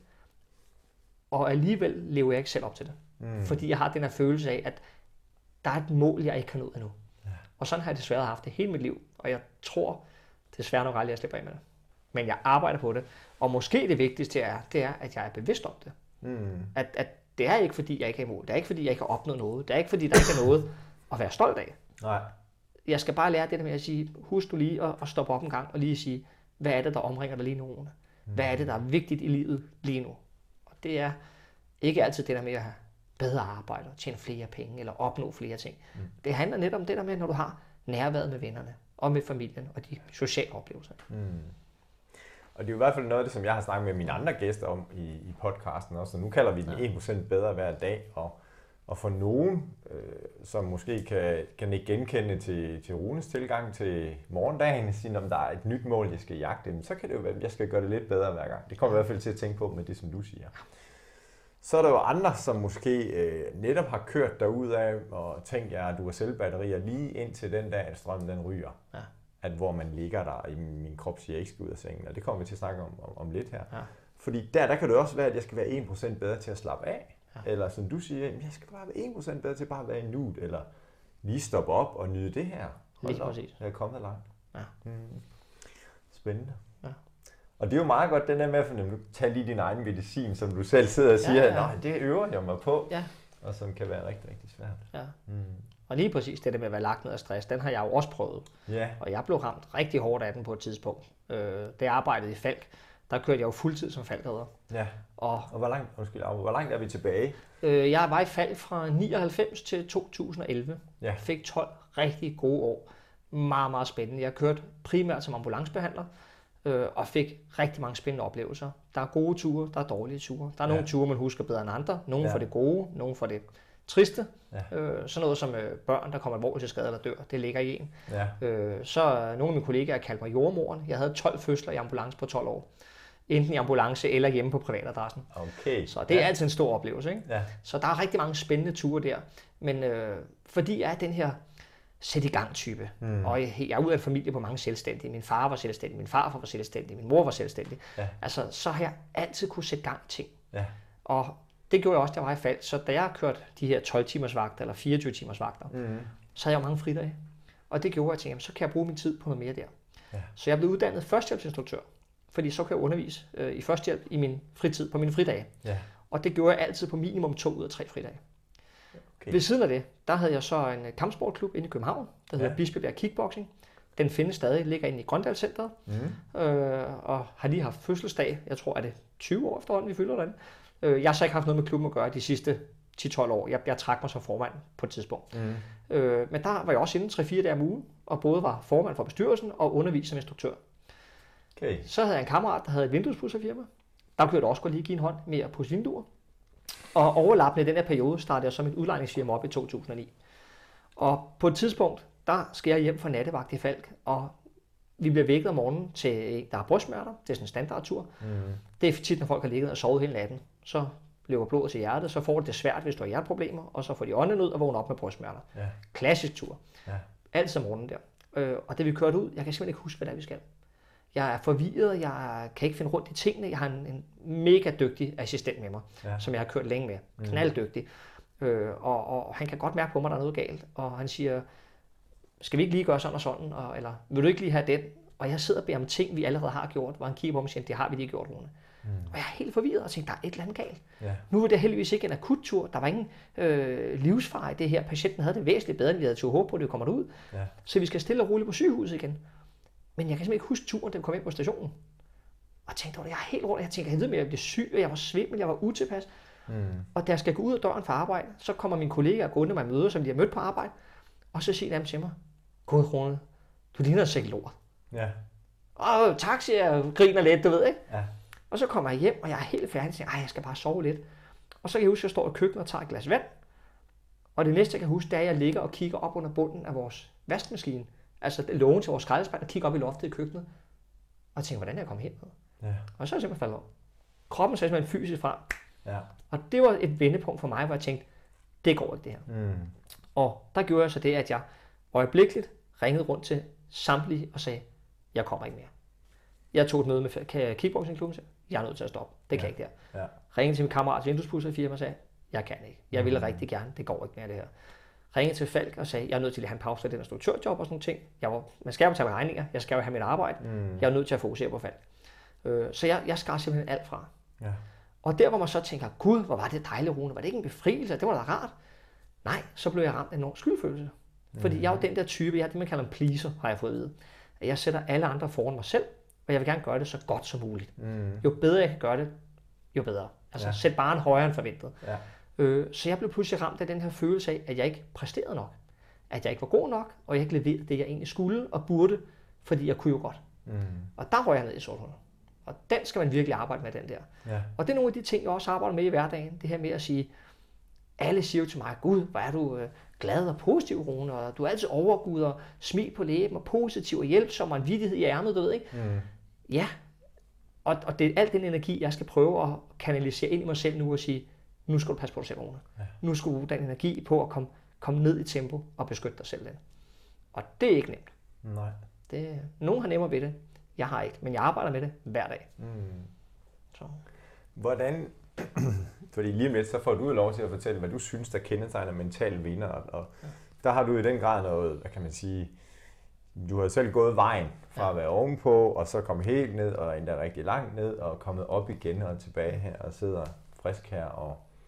Og alligevel lever jeg ikke selv op til det. Fordi jeg har den her følelse af, at der er et mål, jeg ikke har nået endnu. Ja. Og sådan har jeg desværre haft det hele mit liv. Og jeg tror desværre nok aldrig, jeg slipper af med det. Men jeg arbejder på det. Og måske det vigtigste er, at jeg er bevidst om det. At det er ikke fordi, jeg ikke er i mål. Det er ikke fordi, jeg ikke har opnået noget. Det er ikke fordi, der ikke er noget at være stolt af. Nej. Jeg skal bare lære det der med at sige, husk du lige at stoppe op en gang og lige sige, hvad er det, der omringer dig lige nu? Hvad er det, der er vigtigt i livet lige nu? Og det er ikke altid det der med at have bedre arbejde, tjene flere penge eller opnå flere ting. Det handler netop om det der med, når du har nærværet med vennerne og med familien og de sociale oplevelser. Og det er jo i hvert fald noget af det, som jeg har snakket med mine andre gæster om i podcasten også. Så nu kalder vi den 1% bedre hver dag. Og for nogen, som måske kan ikke genkende til Runes tilgang til morgendagen, sige, om der er et nyt mål, jeg skal jagte, så kan det jo være, at jeg skal gøre det lidt bedre hver gang. Det kommer i hvert fald til at tænke på med det, som du siger. Så er der jo andre, som måske netop har kørt derudad og tænkt, at du har selvbatterier lige indtil den dag, at strømmen den ryger. Ja. At hvor man ligger der i min krop, siger, jeg ikke skal ud af sengen. Og det kommer vi til at snakke om lidt her. Ja. Fordi der kan det også være, at jeg skal være 1% bedre til at slappe af. Ja. Eller som du siger, jeg skal bare være 1% bedre til bare at være i nuet. Eller lige stoppe op og nyde det her. Lige præcis. Jeg er kommet langt. Ja. Spændende. Ja. Og det er jo meget godt, den der med at tage lige din egen medicin, som du selv sidder og siger, nej, det øver jeg mig på. Ja. Og som kan være rigtig, rigtig svært. Ja. Og lige præcis det der med at være lagt ned af stress, den har jeg jo også prøvet. Ja. Og jeg blev ramt rigtig hårdt af den på et tidspunkt. Da jeg arbejdede i Falck, der kørte jeg jo fuldtid som Falck-redder. Ja. Og hvor langt er vi tilbage? Jeg var i Falck fra 99 til 2011. Ja. Fik 12 rigtig gode år. Meget, meget spændende. Jeg kørte primært som ambulancebehandler, og fik rigtig mange spændende oplevelser. Der er gode ture, der er dårlige ture. Der er nogle ture, man husker bedre end andre. Nogle for det gode, nogle for det triste. Ja. Sådan noget som børn, der kommer alvorligt til skade eller dør, det ligger i en. Ja. Så nogle af mine kollegaer kaldte mig jordmoren. Jeg havde 12 fødsler i ambulance på 12 år. Enten i ambulance eller hjemme på privatadressen. Okay. Så det er altid en stor oplevelse. Ikke? Ja. Så der er rigtig mange spændende ture der. Men fordi jeg er den her sæt i gang type, og jeg er ud af en familie på mange selvstændige. Min far var selvstændig, min farfar var selvstændig, min mor var selvstændig. Ja. Altså, så har jeg altid kunne sætte gang i ting. Ja. Og det gjorde jeg også, da jeg var i Falck. Så da jeg kørte de her 12 timers vagter eller 24 timers vagter, så havde jeg jo mange fridage. Og det gjorde, at jeg tænkte, så kan jeg bruge min tid på noget mere der. Ja. Så jeg blev uddannet førstehjælpsinstruktør, fordi så kan jeg undervise i førstehjælp i min fritid, på mine fridage. Ja. Og det gjorde jeg altid på minimum 2 ud af 3 fridage. Okay. Ved siden af det, der havde jeg så en kampsportklub inde i København, der hedder Bispebjerg Kickboxing. Den findes stadig, ligger inde i Grøndalscenteret, og har lige haft fødselsdag. Jeg tror, at det er 20 år efterhånden, vi fylder den. Jeg har så ikke haft noget med klubben at gøre de sidste 10-12 år. Jeg trak mig som formand på et tidspunkt. Men der var jeg også inde 3-4 dage om ugen, og både var formand for bestyrelsen og underviser som instruktør. Okay. Så havde jeg en kammerat, der havde et vinduespudserfirma. Der kunne jeg da også godt lige give en hånd med at pudse vinduer. Og overlappende i den her periode startede jeg som et udlejningsfirma op i 2009. Og på et tidspunkt, der skal jeg hjem fra nattevagt i Falck, og vi bliver vækket om morgenen til en, der har brystsmerter. Det er sådan en standardtur. Det er tit, når folk har ligget og sovet hele natten. Så løber blodet til hjertet, så får det svært, hvis du har hjerteproblemer, og så får de åndenød og vågner op med brystsmerter. Ja. Klassisk tur. Ja. Altid om morgenen der. Og det vi kørte ud, jeg kan simpelthen ikke huske, hvad det er, vi skal. Jeg er forvirret, jeg kan ikke finde rundt i tingene. Jeg har en mega dygtig assistent med mig, som jeg har kørt længe med. Knalddygtig. Og han kan godt mærke på mig, der er noget galt. Og han siger, skal vi ikke lige gøre sådan og sådan? Eller vil du ikke lige have den? Og jeg sidder og beder om ting, vi allerede har gjort, hvor han kigger på mig og siger, det har vi lige gjort, Rune. Og jeg er helt forvirret og tænker, der er et eller andet galt. Ja. Nu var det heldigvis ikke en akuttur. Der var ingen livsfare i det her. Patienten havde det væsentligt bedre, end vi havde til håb på, at det kommer ud. Ja. Så vi skal stille og roligt på sygehuset igen. Men jeg kan simpelthen ikke huske turen, da vi kom ind på stationen. Og jeg tænkte, jeg er helt rundt. Jeg tænkte, jeg ved, at jeg blev syg, og jeg var svimmel, jeg var utilpas. Og da jeg skal gå ud af døren for arbejde, så kommer mine kollegaer gående mig møder, som de har mødt på arbejde. Og så siger de til mig, god Rune, du ligner en sæk lort. Ja. Og tak, siger jeg, griner lidt, du ved, ikke? Ja. Og så kommer jeg hjem, og jeg er helt færdig, og siger, jeg skal bare sove lidt. Og så kan jeg huske, at jeg står i køkkenet og tager et glas vand. Og det næste, jeg kan huske, det er, at jeg ligger og kigger op under bunden af vores vaskemaskine. Altså lågen til vores skraldespand, og kigger op i loftet i køkkenet. Og tænker, hvordan er jeg kommet herned? Ja. Og så er jeg simpelthen faldet over. Kroppen sagde simpelthen fysisk fra. Ja. Og det var et vendepunkt for mig, hvor jeg tænkte, det går ikke det her. Og der gjorde jeg så det, at jeg øjeblikkeligt ringede rundt til samtlige og sagde, jeg kommer ikke mere. Jeg tog et møde med kickboxingklubben, jeg er nødt til at stoppe. Det kan jeg ikke der. Ja. Ringede til min kammerat vinduespudser i firma og sagde, jeg kan ikke. Jeg ville rigtig gerne, det går ikke mere det her. Ringede til Falck og sagde, jeg er nødt til at have en pause af den instruktørjob og sådan nogle ting. Man skal jo tage mine regninger, jeg skal jo have mit arbejde. Jeg er nødt til at fokusere på Falck. Så jeg skar simpelthen alt fra. Ja. Og der hvor man så tænker, gud, hvor var det dejligt, Rune, var det ikke en befrielse? Det var da rart. Nej, så blev jeg ramt af en enorm skyldfølelse. Fordi jeg er jo den der type, jeg er det man kalder en pleaser, har jeg fået at vide. Jeg sætter alle andre foran mig selv, og jeg vil gerne gøre det så godt som muligt. Jo bedre jeg kan gøre det, jo bedre. Altså sæt barren højere end forventet. Ja. Så jeg blev pludselig ramt af den her følelse af, at jeg ikke præsterede nok. At jeg ikke var god nok, og jeg ikke leverede det, jeg egentlig skulle og burde, fordi jeg kunne jo godt. Og der røg jeg ned i sorthullet. Og den skal man virkelig arbejde med, den der. Ja. Og det er nogle af de ting, jeg også arbejder med i hverdagen. Det her med at sige, alle siger jo til mig, gud, hvor er du glad og positiv, Rune, og du er altid overgud og smil på læben og positiv og hjælpsom og en vittighed i ærmet, du ved ikke? Ja, og det er al den energi, jeg skal prøve at kanalisere ind i mig selv nu og sige, nu skal du passe på dig selv, Rune. Ja. Nu skal du bruge den energi på at komme ned i tempo og beskytte dig selv den. Og det er ikke nemt. Nej. Nogen har nemmere ved det. Jeg har ikke, men jeg arbejder med det hver dag. Så. Hvordan, fordi lige med så får du lov til at fortælle, hvad du synes, der kendetegner mental vinder. Og der har du i den grad noget, hvad kan man sige, du har selv gået vejen fra at være ovenpå, og så komme helt ned, og endda rigtig langt ned, og kommet op igen og tilbage her, og sidder frisk her. Og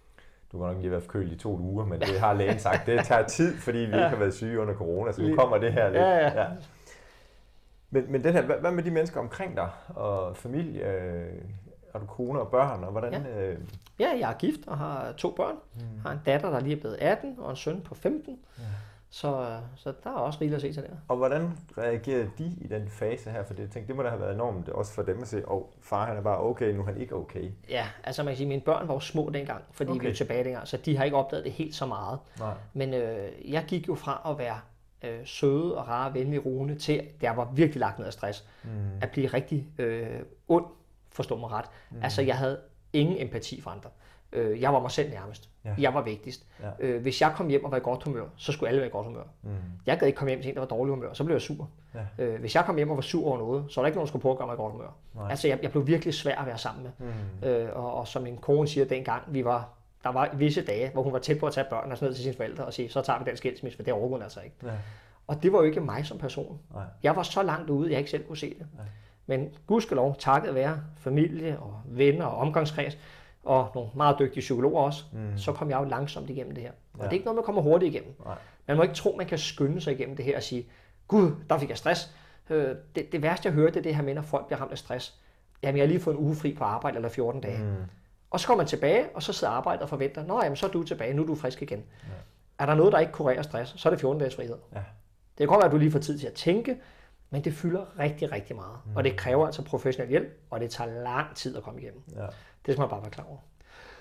du kan nok lige være forkølet i 2 uger, men det har lægen sagt, det tager tid, fordi vi ikke har været syge under corona, så nu kommer det her lidt. Ja. Men den her, hvad med de mennesker omkring dig, og familie, har du kone og børn, og hvordan? Ja, jeg er gift og har 2 børn. Har en datter, der lige er blevet 18, og en søn på 15. Ja. Så der er også rigeligt at se til der. Og hvordan reagerede de i den fase her? For det må da have været enormt også for dem at se, far han er bare okay, nu er han ikke okay. Ja, altså man kan sige, mine børn var jo små dengang, fordi vi var tilbage dengang, så de har ikke opdaget det helt så meget. Nej. Men jeg gik jo fra at være søde og rare, venlige, roende, til at jeg var virkelig lagt ned af stress. At blive rigtig ond, forstå mig ret. Altså jeg havde ingen empati for andre. Jeg var mig selv nærmest. Ja. Jeg var vigtigst. Ja. Hvis jeg kom hjem og var i godt humør, så skulle alle være i godt humør. Jeg gad ikke komme hjem til en, der var dårlig humør, så blev jeg sur. Ja. Hvis jeg kom hjem og var sur over noget, så var der ikke nogen, der skulle prøve at gøre mig i godt humør. Nej. Altså jeg blev virkelig svær at være sammen med. Og som min kone siger dengang, der var visse dage, hvor hun var tæt på at tage børnene og sådan ned til sine forældre og sige, så tager vi den skilsmisse, for det overgår hun altså ikke. Ja. Og det var jo ikke mig som person. Nej. Jeg var så langt ude, jeg ikke selv kunne se det. Nej. Men gudskelov, takket være familie og venner og omgangskreds, og nogle meget dygtige psykologer også, så kom jeg jo langsomt igennem det her. Og det er ikke noget, man kommer hurtigt igennem. Nej. Man må ikke tro, man kan skynde sig igennem det her og sige, gud, der fik jeg stress. Det værste, jeg hørte, det er det her med, når folk bliver ramt af stress. Jamen, jeg har lige fået en uge fri på arbejde eller 14 dage. Og så kommer man tilbage, og så sidder arbejdet og forventer, nå, jamen, så er du tilbage, nu er du frisk igen. Ja. Er der noget, der ikke kurerer stress, så er det 14 dages frihed. Ja. Det kan godt være, at du lige får tid til at tænke, men det fylder rigtig, rigtig meget. Og det kræver altså professionel hjælp, og det tager lang tid at komme igennem. Ja. Det skal man bare være klar over.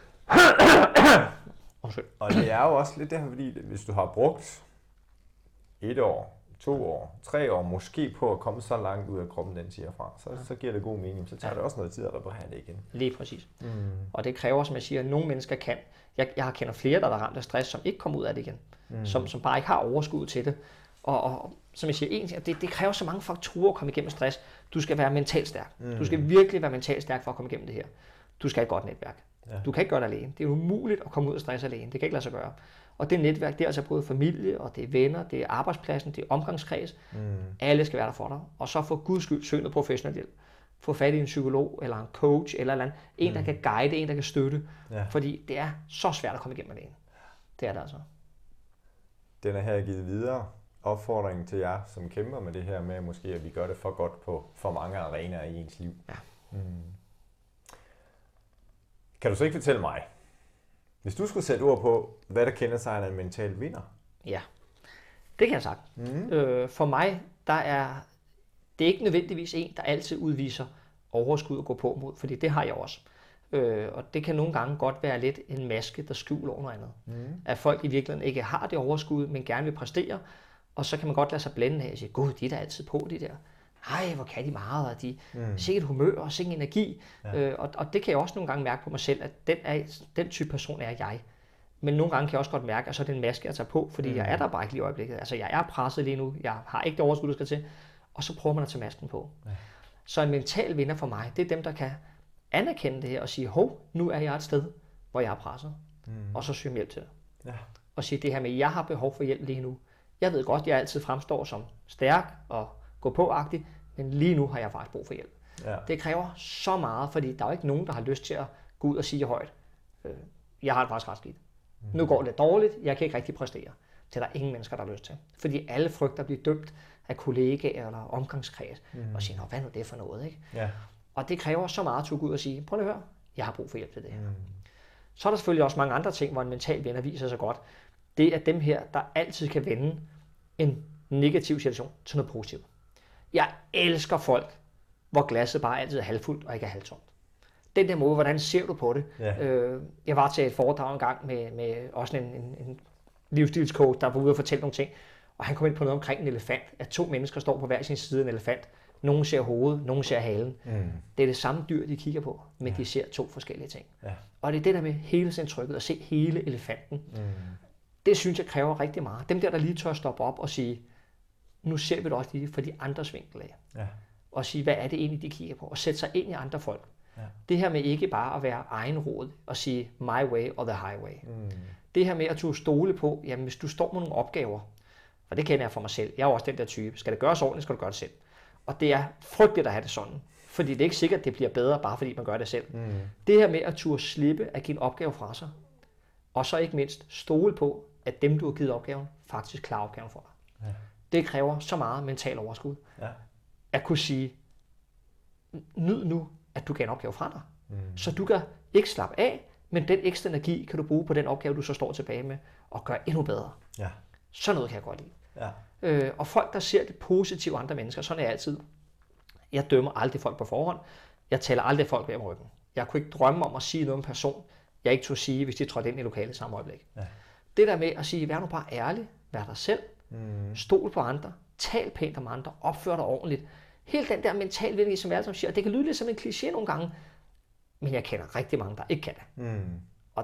Og det er jo også lidt det her, fordi hvis du har brugt 1 år, 2 år, 3 år måske på at komme så langt ud af kroppen, den siger fra, så giver det god mening. Så tager det også noget tid at reparere det igen. Lige præcis. Og det kræver, som jeg siger, at nogle mennesker kan. Jeg har kendt flere, der er ramt af stress, som ikke kommer ud af det igen. Som bare ikke har overskud til det. Og som jeg siger, det kræver så mange faktorer at komme igennem stress. Du skal være mentalt stærk. Du skal virkelig være mentalt stærk for at komme igennem det her. Du skal have et godt netværk. Ja. Du kan ikke gøre det alene. Det er umuligt at komme ud af stress alene. Det kan ikke lade sig gøre. Og det netværk, det er altså både familie, og det er venner, det er arbejdspladsen, det er omgangskreds. Alle skal være der for dig. Og så for guds skyld søg noget professionel hjælp. Få fat i en psykolog, eller en coach, eller en, der kan guide, en, der kan støtte. Ja. Fordi det er så svært at komme igennem alene. Det er det altså. Den er her givet videre. Opfordringen til jer, som kæmper med det her med, måske at vi gør det for godt på for mange arenaer i ens liv. Ja. Kan du så ikke fortælle mig, hvis du skulle sætte ord på, hvad der kendetegner en mental vinder? Ja, det kan jeg sagt. For mig, det er ikke nødvendigvis en, der altid udviser overskud at gå på mod, fordi det har jeg også. Og det kan nogle gange godt være lidt en maske, der skjuler over noget andet. At folk i virkeligheden ikke har det overskud, men gerne vil præstere, og så kan man godt lade sig blænde af og sige, gud, de er da altid på, de der. Ej, hvor kan de meget, og de sikkert humør og sikkert energi. Ja. Og det kan jeg også nogle gange mærke på mig selv, at den type person er jeg. Men nogle gange kan jeg også godt mærke, at så er det en maske, jeg tager på, fordi jeg er der bare ikke lige i øjeblikket. Altså, jeg er presset lige nu, jeg har ikke det overskud, der skal til, og så prøver man at tage masken på. Ja. Så en mental vinder for mig, det er dem, der kan anerkende det her og sige, hov, nu er jeg et sted, hvor jeg er presset, og så søge hjælp til det. Ja. Og sige det her med, jeg har behov for hjælp lige nu. Jeg ved godt, jeg altid fremstår som stærk og gå på-agtig, men lige nu har jeg faktisk brug for hjælp. Ja. Det kræver så meget, fordi der er jo ikke nogen, der har lyst til at gå ud og sige højt, jeg har det faktisk ret skidt. Nu går det lidt dårligt, jeg kan ikke rigtig præstere. Det er der ingen mennesker, der har lyst til. Fordi alle frygter at blive dømt af kollegaer eller omgangskreds, og siger, hvad nu det for noget, ikke? Ja. Og det kræver så meget at gå ud og sige, prøv at høre, jeg har brug for hjælp til det her. Så er der selvfølgelig også mange andre ting, hvor en mental vinder viser sig godt. Det er dem her, der altid kan vende en negativ situation til noget positivt. Jeg elsker folk, hvor glasset bare altid er halvfuldt og ikke er halvtomt. Den der måde, hvordan ser du på det? Yeah. Jeg var til et foredrag en gang med også en livsstilscoach, der var ude og fortælle nogle ting, og han kom ind på noget omkring en elefant, at 2 mennesker står på hver sin side af en elefant. Nogen ser hovedet, nogen ser halen. Det er det samme dyr, de kigger på, men de ser 2 forskellige ting. Og det er det der med hele indtrykket, at se hele elefanten. Det synes jeg kræver rigtig meget. Dem der lige tør stoppe op og sige, nu ser vi det også lige for de andres vinkel af. Ja. Og sige, hvad er det egentlig, de kigger på? Og sætte sig ind i andre folk. Ja. Det her med ikke bare at være egenråd og sige my way or the highway. Det her med at turde stole på, jamen hvis du står med nogle opgaver, for det kender jeg for mig selv, jeg er også den der type, skal det gøres ordentligt, skal du gøre det selv. Og det er frygteligt at have det sådan, fordi det er ikke sikkert, at det bliver bedre, bare fordi man gør det selv. Det her med at turde slippe at give en opgave fra sig, Og så ikke mindst stole på, at dem, du har givet opgaven, faktisk klarer opgaven for dig. Ja. Det kræver så meget mental overskud. Ja. At kunne sige, nyd nu, at du gav en opgave fra dig. Så du kan ikke slappe af, men den ekstra energi kan du bruge på den opgave, du så står tilbage med, og gøre endnu bedre. Ja. Sådan noget kan jeg godt lide. Ja. Og folk, der ser det positive andre mennesker, sådan er jeg altid. Jeg dømmer aldrig folk på forhånd. Jeg taler aldrig folk bag om ryggen. Jeg kunne ikke drømme om at sige noget om en person, jeg ikke turde sige, hvis de trådte ind i lokalet samme øjeblik. Ja. Det der med at sige, vær nu bare ærlig, vær dig selv, stol på andre, tal pænt om andre, opfør dig ordentligt. Hele den der mental vilje, som jeg altid siger, det kan lyde lidt som en kliché nogle gange, men jeg kender rigtig mange, der ikke kan det. Og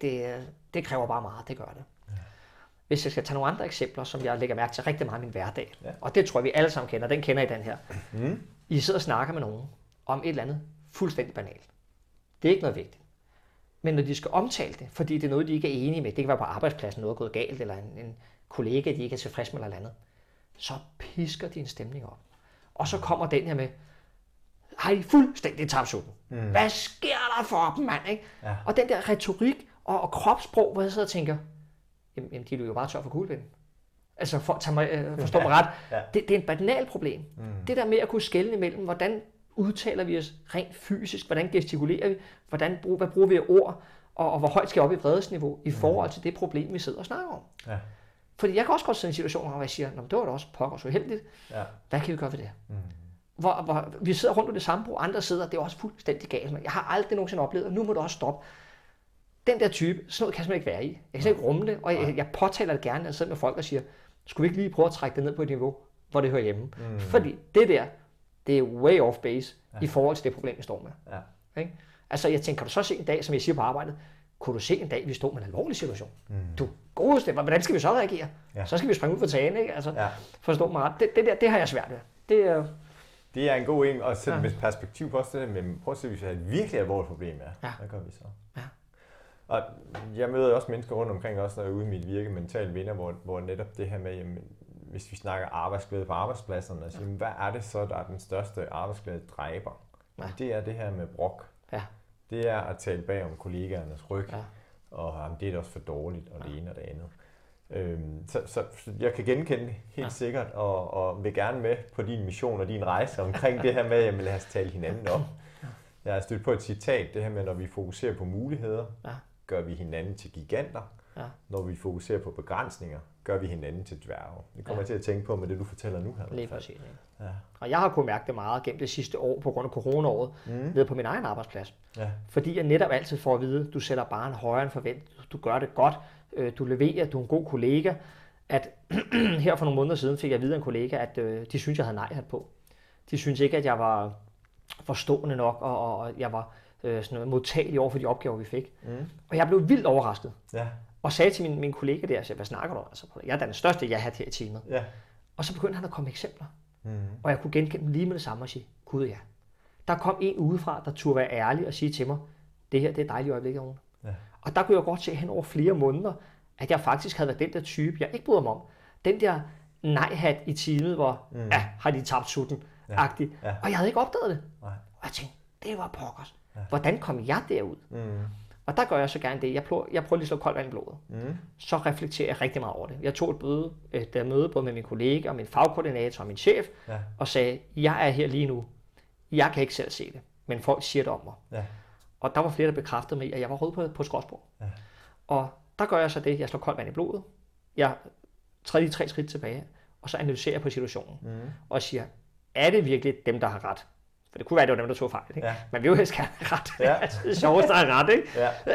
det kræver bare meget, det gør det. Ja. Hvis jeg skal tage nogle andre eksempler, som jeg lægger mærke til rigtig meget i min hverdag, og det tror jeg, vi alle sammen kender, den kender I den her. I sidder og snakker med nogen om et eller andet fuldstændig banalt. Det er ikke noget vigtigt. Men når de skal omtale det, fordi det er noget, de ikke er enige med, det kan være på arbejdspladsen, noget er gået galt, eller en kollega, de ikke er tilfreds med eller andet, så pisker de en stemning op. Og så kommer den her med, har I fuldstændig tabt sutten? Hvad sker der for dem, mand? Ikke? Ja. Og den der retorik og kropssprog, hvor jeg sidder og tænker, jamen de er jo bare tør for kuglepinden. Altså forstå mig ret. Ja. Det er en banal problem. Det der med at kunne skelne imellem, hvordan udtaler vi os rent fysisk, hvordan gestikulerer vi, hvad bruger vi af ord, og hvor højt skal jeg op i vredesniveau i forhold til det problem, vi sidder og snakker om. Ja. Fordi jeg kan også godt sidde i en situation, hvor jeg siger, det var da også pokker så uheldigt. Ja. Hvad kan vi gøre ved det? Hvor vi sidder rundt om det samme bord, andre sidder, det er også fuldstændig galt. Jeg har aldrig nogensinde oplevet, og nu må du også stoppe. Den der type, sådan noget kan jeg ikke være i. Jeg kan ikke rumme det, og jeg påtaler det gerne, at jeg sidder med folk og siger, skulle vi ikke lige prøve at trække det ned på et niveau, hvor det hører hjemme? Fordi det der, det er way off base i forhold til det problem, vi står med. Ja. Ikke? Altså jeg tænker, kan du så se en dag, som jeg siger på arbejdet, kunne du se en dag, vi står med en alvorlig situation? Du godeste, hvordan skal vi så reagere? Ja. Så skal vi springe ud for tagen, ikke? Altså, forstå mig ret. Det har jeg svært ved. Det er en god en at sætte med perspektiv på også det, men prøv at se, hvis vi har et virkelig alvorligt problem, hvad gør vi så? Ja. Og jeg møder også mennesker rundt omkring, også når jeg er ude i mit virke, mentalt vinder, hvor netop det her med, jamen, hvis vi snakker arbejdsglæde på arbejdspladserne, så hvad er det så, der er den største arbejdsglæde dræber? Ja. Det er det her med brok. Ja. Det er at tale bag om kollegaernes ryg, og jamen, det er også for dårligt, og det ene og det andet. Så jeg kan genkende det helt sikkert, og vil gerne med på din mission og din rejse omkring det her med, at lad os tale hinanden op. Jeg har stødt på et citat, det her med, når vi fokuserer på muligheder, gør vi hinanden til giganter. Ja. Når vi fokuserer på begrænsninger, gør vi hinanden til dværge. Det kommer jeg til at tænke på med det, du fortæller nu her. Lige præcis. Ja. Og jeg har kunnet mærke det meget gennem det sidste år, på grund af coronaåret, nede på min egen arbejdsplads. Ja. Fordi jeg netop altid får at vide, du sætter barren højere end forventet, du gør det godt, du leverer, du er en god kollega. At her for nogle måneder siden fik jeg at vide af en kollega, at de synes jeg havde nej-hat på. De synes ikke, at jeg var forstående nok, og jeg var sådan modtagelig over for de opgaver, vi fik. Og jeg blev vildt overrasket. Ja. Og sagde til min kollega der, hvad snakker du om? Altså, jeg er den største, jeg har her i teamet. Ja. Og så begyndte han at komme eksempler. Og jeg kunne genkende dem lige med det samme og sige, gud ja. Der kom en udefra, der turde være ærlig og sige til mig, det her, det er et dejligt øjeblik, Rune. Ja. Og der kunne jeg godt se hen over flere måneder, at jeg faktisk havde været den der type, jeg ikke bryder mig om. Den der nej-hat i teamet, hvor, har de tabt sutten-agtigt. Ja. Og jeg havde ikke opdaget det. Nej. Og jeg tænkte, det var pokkers. Ja. Hvordan kom jeg derud? Og der gør jeg så gerne det. Jeg prøver lige at slå koldt vand i blodet. Så reflekterer jeg rigtig meget over det. Jeg tog et møde både med min kollega og min fagkoordinator og min chef, og sagde, jeg er her lige nu. Jeg kan ikke selv se det, men folk siger det om mig. Ja. Og der var flere, der bekræftede mig, at jeg var rød på skråsborg. Ja. Og der gør jeg så det, jeg slår koldt vand i blodet. Jeg træder lige 3 skridt tilbage, og så analyserer jeg på situationen. Og siger, er det virkelig dem, der har ret? For det kunne være, det var dem, der tog fejl. Ikke? Ja. Man vil jo helst gerne have ret. Ja. Det er sjovest, der er ret. Ikke?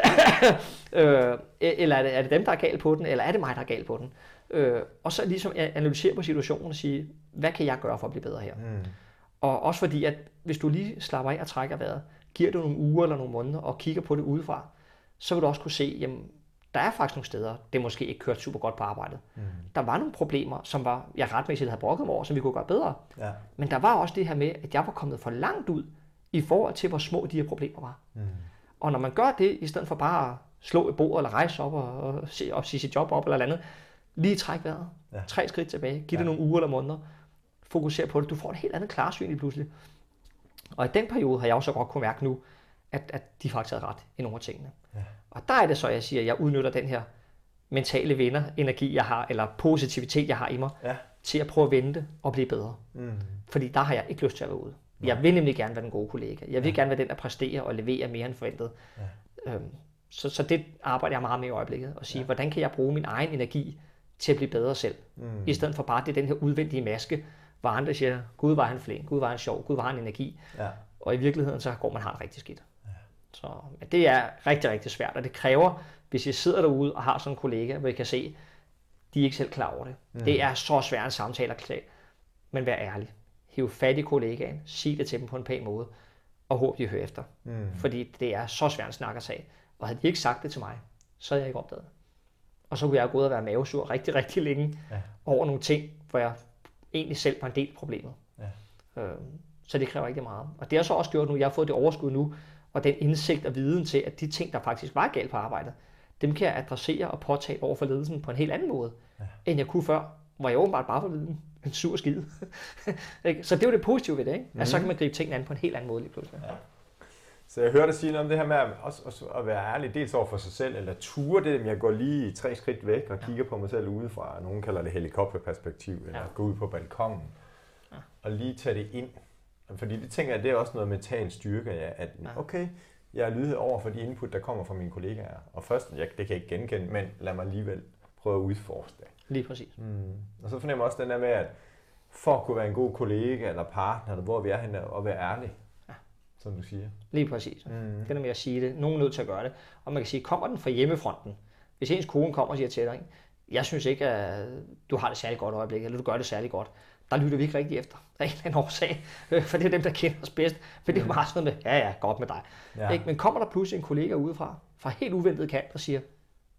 Ja. Eller er det dem, der er galt på den, eller er det mig, der er galt på den? Og så ligesom analysere på situationen og sige, hvad kan jeg gøre for at blive bedre her? Og også fordi, at hvis du lige slapper af og trækker vejret, giver du nogle uger eller nogle måneder og kigger på det udefra, så vil du også kunne se, jamen, der er faktisk nogle steder, det måske ikke kørte super godt på arbejdet. Der var nogle problemer, som jeg retmæssigt havde brokket mig over, som vi kunne gøre bedre. Ja. Men der var også det her med, at jeg var kommet for langt ud i forhold til, hvor små de her problemer var. Og når man gør det, i stedet for bare at slå i bordet eller rejse op og sige sit job op eller andet, lige træk vejret, 3 skridt tilbage, giv det nogle uger eller måneder, fokusere på det, du får et helt andet klarsyn lige pludselig. Og i den periode har jeg også godt kunne mærke nu, at de faktisk havde ret i nogle af tingene. Ja. Og der er det så, jeg siger, at jeg udnytter den her mentale energi, jeg har, eller positivitet, jeg har i mig, til at prøve at vente og blive bedre. Fordi der har jeg ikke lyst til at være ude. Jeg vil nemlig gerne være den gode kollega. Jeg vil gerne være den, der præsterer og leverer mere end forventet. Så det arbejder jeg meget med i øjeblikket. Og sige, hvordan kan jeg bruge min egen energi til at blive bedre selv? I stedet for bare det den her udvendige maske, hvor andre siger, Gud var han flink, Gud var han sjov, Gud var han energi. Og i virkeligheden så går man har det rigtig skidt. Så det er rigtig, rigtig svært, og det kræver, hvis I sidder derude og har sådan en kollega, hvor I kan se, de er ikke selv klar over det. Det er så svært en samtale at klage, men vær ærlig. Hiv fat i kollegaen, sig det til dem på en pæn måde, og håb, de hører efter. Fordi det er så svært en snak at tage. Og havde de ikke sagt det til mig, så havde jeg ikke opdaget det. Og så kunne jeg gå ud og være mavesur rigtig, rigtig længe over nogle ting, hvor jeg egentlig selv var en del af problemet. Så det kræver ikke meget. Og det har så også gjort nu, jeg har fået det overskud nu, og den indsigt og viden til, at de ting, der faktisk var galt på arbejdet, dem kan jeg adressere og påtale over for ledelsen på en helt anden måde, end jeg kunne før, hvor jeg åbenbart bare var en sur skid. Så det er jo det positive ved det, ikke? Altså, så kan man gribe tingene an på en helt anden måde lige pludselig. Så jeg hørte dig sige noget om det her med også at være ærlig, dels over for sig selv, eller ture det, jeg går lige 3 skridt væk og kigger på mig selv udefra. Nogen kalder det helikopterperspektiv, eller gå ud på balkongen, og lige tage det ind. Fordi det tænker jeg, det er også noget mental styrke, at okay, jeg er lydhør over for de input, der kommer fra mine kollegaer. Og først, det kan jeg ikke genkende, men lad mig alligevel prøve at udforske det. Lige præcis. Og så fornemmer jeg også den der med, at for at kunne være en god kollega eller partner, eller hvor vi er henne, og være ærlig, som du siger. Lige præcis. Det er med at sige det. Nogen er nødt til at gøre det. Og man kan sige, kommer den fra hjemmefronten? Hvis ens kone kommer og siger til dig, jeg synes ikke, at du har det særlig godt øjeblik, eller du gør det særlig godt, der lytter vi ikke rigtig efter. Der er en eller anden årsag, for det er dem, der kender os bedst. Men det er jo meget sådan med, ja, godt med dig. Ikke? Men kommer der pludselig en kollega udefra, fra helt uventet kant, og siger,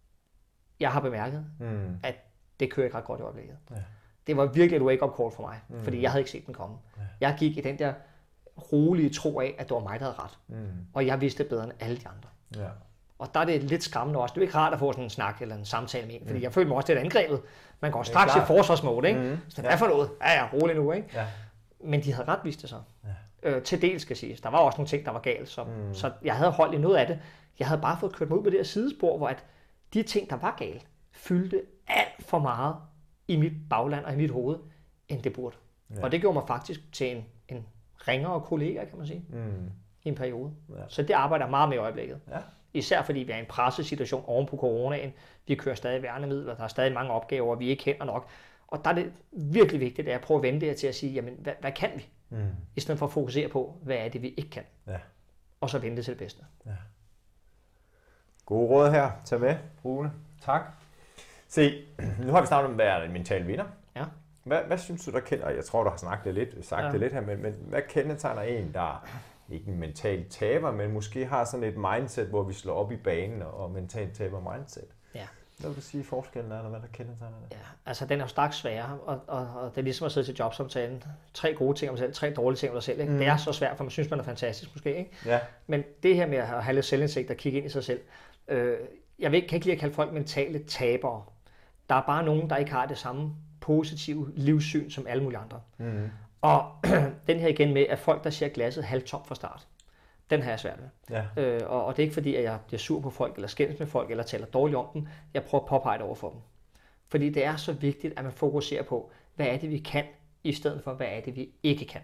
jeg har bemærket, at det kører ikke ret godt i øjeblikket. Det var virkelig et wake-up call for mig, fordi jeg havde ikke set den komme. Jeg gik i den der rolige tro af, at det var mig, der havde ret. Og jeg vidste bedre end alle de andre. Og der er det lidt skræmmende også. Det er ikke rart at få sådan en snak eller en samtale med en, fordi jeg følte mig også lidt angrebet. Man går straks i forsvarsmode, ikke? Så hvad for noget? Ja, rolig nu, ikke? Men de havde ret vist det så. Til dels skal siges. Der var også nogle ting, der var galt, så jeg havde holdt i noget af det. Jeg havde bare fået kørt mig ud på det her sidespor, hvor at de ting, der var galt, fyldte alt for meget i mit bagland og i mit hoved, end det burde. Og det gjorde mig faktisk til en ringere kollega, kan man sige, i en periode. Så det arbejder jeg meget med i øjeblikket. Især fordi vi er i en pressesituation oven på coronaen. Vi kører stadig værnemidler, der er stadig mange opgaver, vi ikke kender nok. Og der er det virkelig vigtigt, at jeg prøver at vende det her til at sige, jamen, hvad kan vi? I stedet for at fokusere på, hvad er det, vi ikke kan. Og så vende det til det bedste. Gode råd her. Tag med, Rune. Tak. Se, nu har vi snakket om, hvad er en mental vinder. Hvad synes du, der kender? Jeg tror, du har sagt det lidt her, men hvad kendetegner en, der ikke en mental taber, men måske har sådan et mindset, hvor vi slår op i banen og mentalt taber mindset? Hvad vil du sige forskellen er, eller hvad der kendetegner det? Altså den er jo straks sværere, og det er ligesom at sidde til jobsamtalen. 3 gode ting om sig selv, 3 dårlige ting om dig selv. Ikke? Det er så svært, for man synes, man er fantastisk måske. Ikke? Men det her med at have lidt selvindsigt og kigge ind i sig selv. Jeg kan ikke lide at kalde folk mentale tabere. Der er bare nogen, der ikke har det samme positive livssyn som alle mulige andre. Og den her igen med, at folk, der ser glasset halvtomt fra start, den har jeg svært ved. Og det er ikke fordi, at jeg bliver sur på folk, eller skændes med folk, eller taler dårligt om dem. Jeg prøver at påpege det over for dem. Fordi det er så vigtigt, at man fokuserer på, hvad er det, vi kan, i stedet for, hvad er det, vi ikke kan.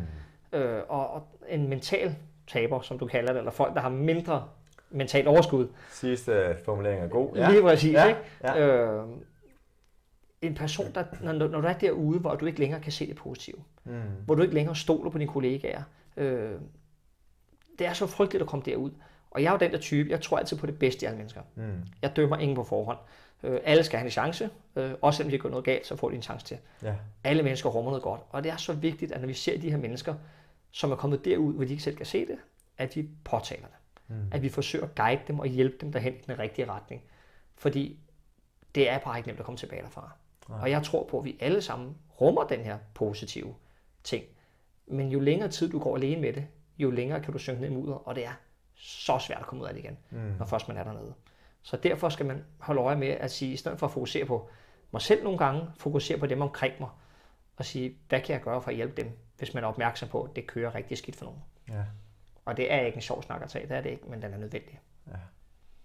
Og en mental taber, som du kalder det, eller folk, der har mindre mentalt overskud. Sidste formulering er god. Lige præcis, ikke? En person, der, når du er derude, hvor du ikke længere kan se det positive, hvor du ikke længere stoler på dine kollegaer, det er så frygteligt at komme derud. Og jeg er jo den der type, jeg tror altid på det bedste i alle mennesker. Jeg dømmer ingen på forhånd. Alle skal have en chance, også selvom de gør noget galt, så får de en chance til. Alle mennesker rummer noget godt. Og det er så vigtigt, at når vi ser de her mennesker, som er kommet derud, hvor de ikke selv kan se det, at vi påtaler det. At vi forsøger at guide dem og hjælpe dem derhen i den rigtige retning. Fordi det er bare ikke nemt at komme tilbage derfra. Og jeg tror på, at vi alle sammen rummer den her positive ting. Men jo længere tid du går alene med det, jo længere kan du synke ned i mudder, og det er så svært at komme ud af det igen, når først man er dernede. Så derfor skal man holde øje med at sige, i stedet for at fokusere på mig selv nogle gange, fokusere på dem omkring mig, og sige, hvad kan jeg gøre for at hjælpe dem, hvis man er opmærksom på, at det kører rigtig skidt for nogen. Og det er ikke en sjov snak at tage, det er det ikke, men den er nødvendig.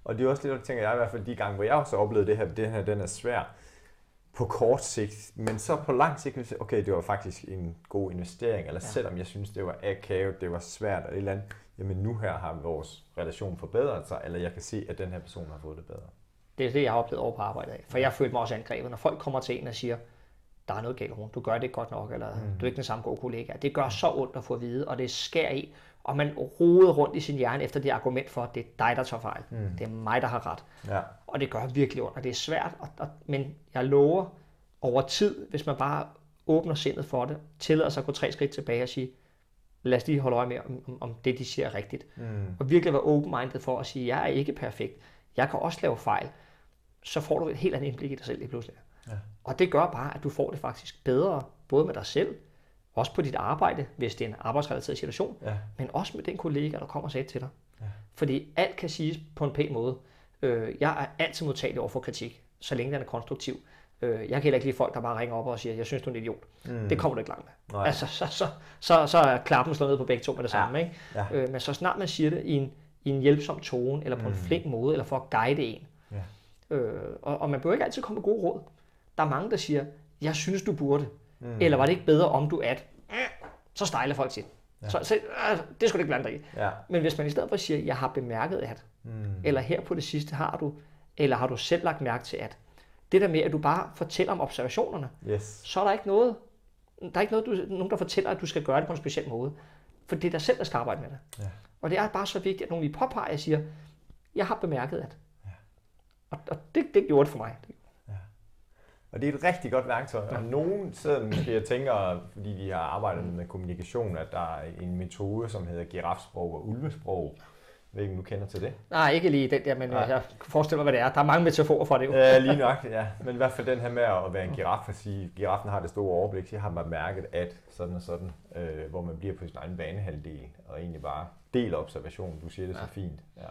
Og det er også det, der tænker jeg i hvert fald de gange, hvor jeg også har oplevet det her, den er svær på kort sigt, men så på lang sigt kan vi sige, okay, det var faktisk en god investering, eller selvom jeg synes, det var akavet, det var svært, eller et eller andet, jamen nu her har vores relation forbedret sig, eller jeg kan se, at den her person har fået det bedre. Det er det, jeg har oplevet over på arbejdet af. For jeg følte mig også angrebet, når folk kommer til en og siger, der er noget galt, du gør det ikke godt nok, eller du er ikke den samme gode kollega. Det gør så ondt at få at vide, og det skærer i, og man roder rundt i sin hjerne efter det argument for, at det er dig, der tager fejl. Det er mig, der har ret. Ja. Og det gør virkelig ondt, og det er svært, men jeg lover over tid, hvis man bare åbner sindet for det, tillader sig at gå 3 skridt tilbage og sige, lad os lige holde øje med, om det, de siger, er rigtigt. Og virkelig være open-minded for at sige, jeg er ikke perfekt, jeg kan også lave fejl, så får du et helt andet indblik i dig selv lige pludselig. Ja. Og det gør bare, at du får det faktisk bedre, både med dig selv, også på dit arbejde, hvis det er en arbejdsrelateret situation, men også med den kollega, der kommer og siger til dig. Ja. Fordi alt kan siges på en pæn måde. Jeg er altid modtagelig over for kritik, så længe den er konstruktiv. Jeg kan heller ikke lide folk, der bare ringer op og siger, jeg synes, du er en idiot. Det kommer du ikke langt med. Altså, så er klappen slået ned på begge to med det samme. Ikke? Ja. Men så snart man siger det i en hjælpsom tone, eller på en flink måde, eller for at guide en. Ja. Og man bør ikke altid komme med gode råd. Der er mange, der siger, jeg synes, du burde. Eller var det ikke bedre, om du at? Så stejler folk til. Ja. Så det skulle du ikke blande dig i. Ja. Men hvis man i stedet for siger, jeg har bemærket at, eller her på det sidste har du, eller har du selv lagt mærke til at, det der med, at du bare fortæller om observationerne, så er der ikke noget, nogen, der fortæller, at du skal gøre det på en speciel måde. For det er dig selv, der skal arbejde med det. Ja. Og det er bare så vigtigt, at nogen vi påpeger og siger, jeg har bemærket at. Ja. Og det gjorde det for mig. Ja. Og det er et rigtig godt værktøj. Og nogen sidder måske og tænker, fordi de har arbejdet med kommunikation, at der er en metode, som hedder girafsprog og ulvesprog. Jeg ved ikke, om du kender til det? Nej, ikke lige den der, men jeg forestiller mig, hvad det er. Der er mange metaforer for det jo. Ja, lige nok, ja. Men i hvert fald den her med at være en giraf, og sige, giraffen har det store overblik, så har man mærket, at sådan og sådan, hvor man bliver på sin egen banehalvdel, og egentlig bare deler observationen. Du siger det så fint. Ja.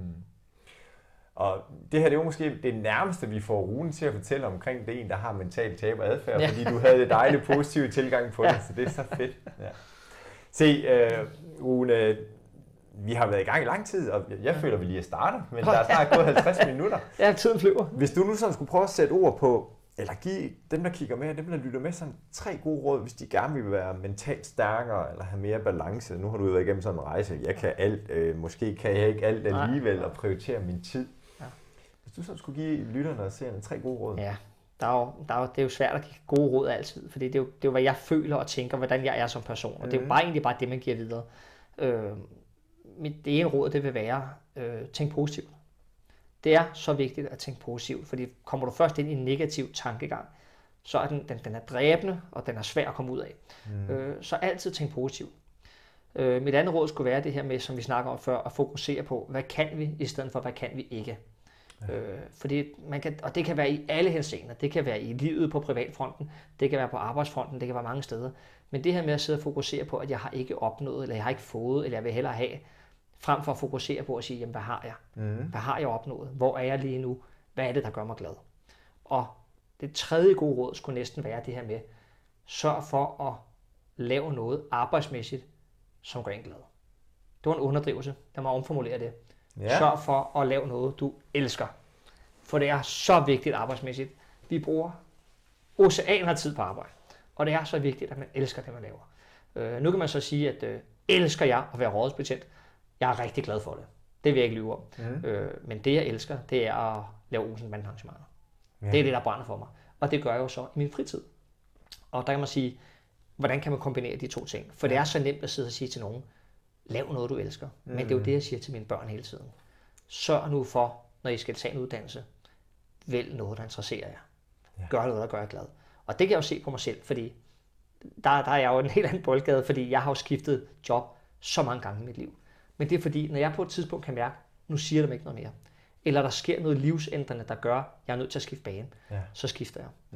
Og det her, det er jo måske det nærmeste, vi får Rune til at fortælle omkring det en, der har mental tab og adfærd, fordi du havde et dejligt positiv tilgang på det, så det er så fedt. Ja. Se, Rune, vi har været i gang i lang tid, og jeg føler, vi lige er startet, men der er snart gået 50 minutter. Ja, tiden flyver. Hvis du nu sådan skulle prøve at sætte ord på, eller give dem, der kigger med, dem, der lytter med, sådan 3 gode råd, hvis de gerne vil være mentalt stærkere, eller have mere balance. Nu har du været igennem sådan en rejse. Jeg kan alt, måske kan jeg ikke alt alligevel, og prioritere min tid. Ja. Hvis du så skulle give lytterne og seerne 3 gode råd. Ja, det er jo svært at give gode råd altid, fordi det er jo, hvad jeg føler og tænker, hvordan jeg er som person. Og det er jo egentlig bare det, man giver videre. Det ene råd, det vil være, tænk positivt. Det er så vigtigt at tænke positivt, fordi kommer du først ind i en negativ tankegang, så er den er dræbende, og den er svær at komme ud af. Så altid tænk positivt. Mit andet råd skulle være det her med, som vi snakker om før, at fokusere på, hvad kan vi, i stedet for, hvad kan vi ikke. Ja. Fordi og det kan være i alle henseender. Det kan være i livet på privatfronten, det kan være på arbejdsfronten, det kan være mange steder. Men det her med at sidde og fokusere på, at jeg har ikke opnået, eller jeg har ikke fået, eller jeg vil hellere have, frem for at fokusere på at sige, jamen, hvad har jeg? Hvad har jeg opnået? Hvor er jeg lige nu? Hvad er det, der gør mig glad? Og det tredje gode råd skulle næsten være det her med, sørg for at lave noget arbejdsmæssigt, som gør en glad. Det var en underdrivelse, der må omformulere det. Ja. Sørg for at lave noget, du elsker. For det er så vigtigt arbejdsmæssigt. Vi bruger oceaner af tid på arbejde. Og det er så vigtigt, at man elsker det, man laver. Nu kan man så sige, at elsker jeg at være rådighedsbetjent? Jeg er rigtig glad for det. Det vil jeg ikke lyve om. Men det, jeg elsker, det er at lave Olsen-Banden-arrangementer. Ja. Det er det, der brænder for mig. Og det gør jeg jo så i min fritid. Og der kan man sige, hvordan kan man kombinere de 2 ting? For det er så nemt at sidde og sige til nogen, lav noget, du elsker. Men det er jo det, jeg siger til mine børn hele tiden. Sørg nu for, når I skal tage en uddannelse, vælg noget, der interesserer jer. Ja. Gør noget, der gør jer glad. Og det kan jeg jo se på mig selv, fordi der er jeg jo en helt anden boldgade, fordi jeg har jo skiftet job så mange gange i mit liv. Men det er fordi, når jeg på et tidspunkt kan mærke, nu siger de ikke noget mere, eller der sker noget livsændrende, der gør, at jeg er nødt til at skifte bane, så skifter jeg.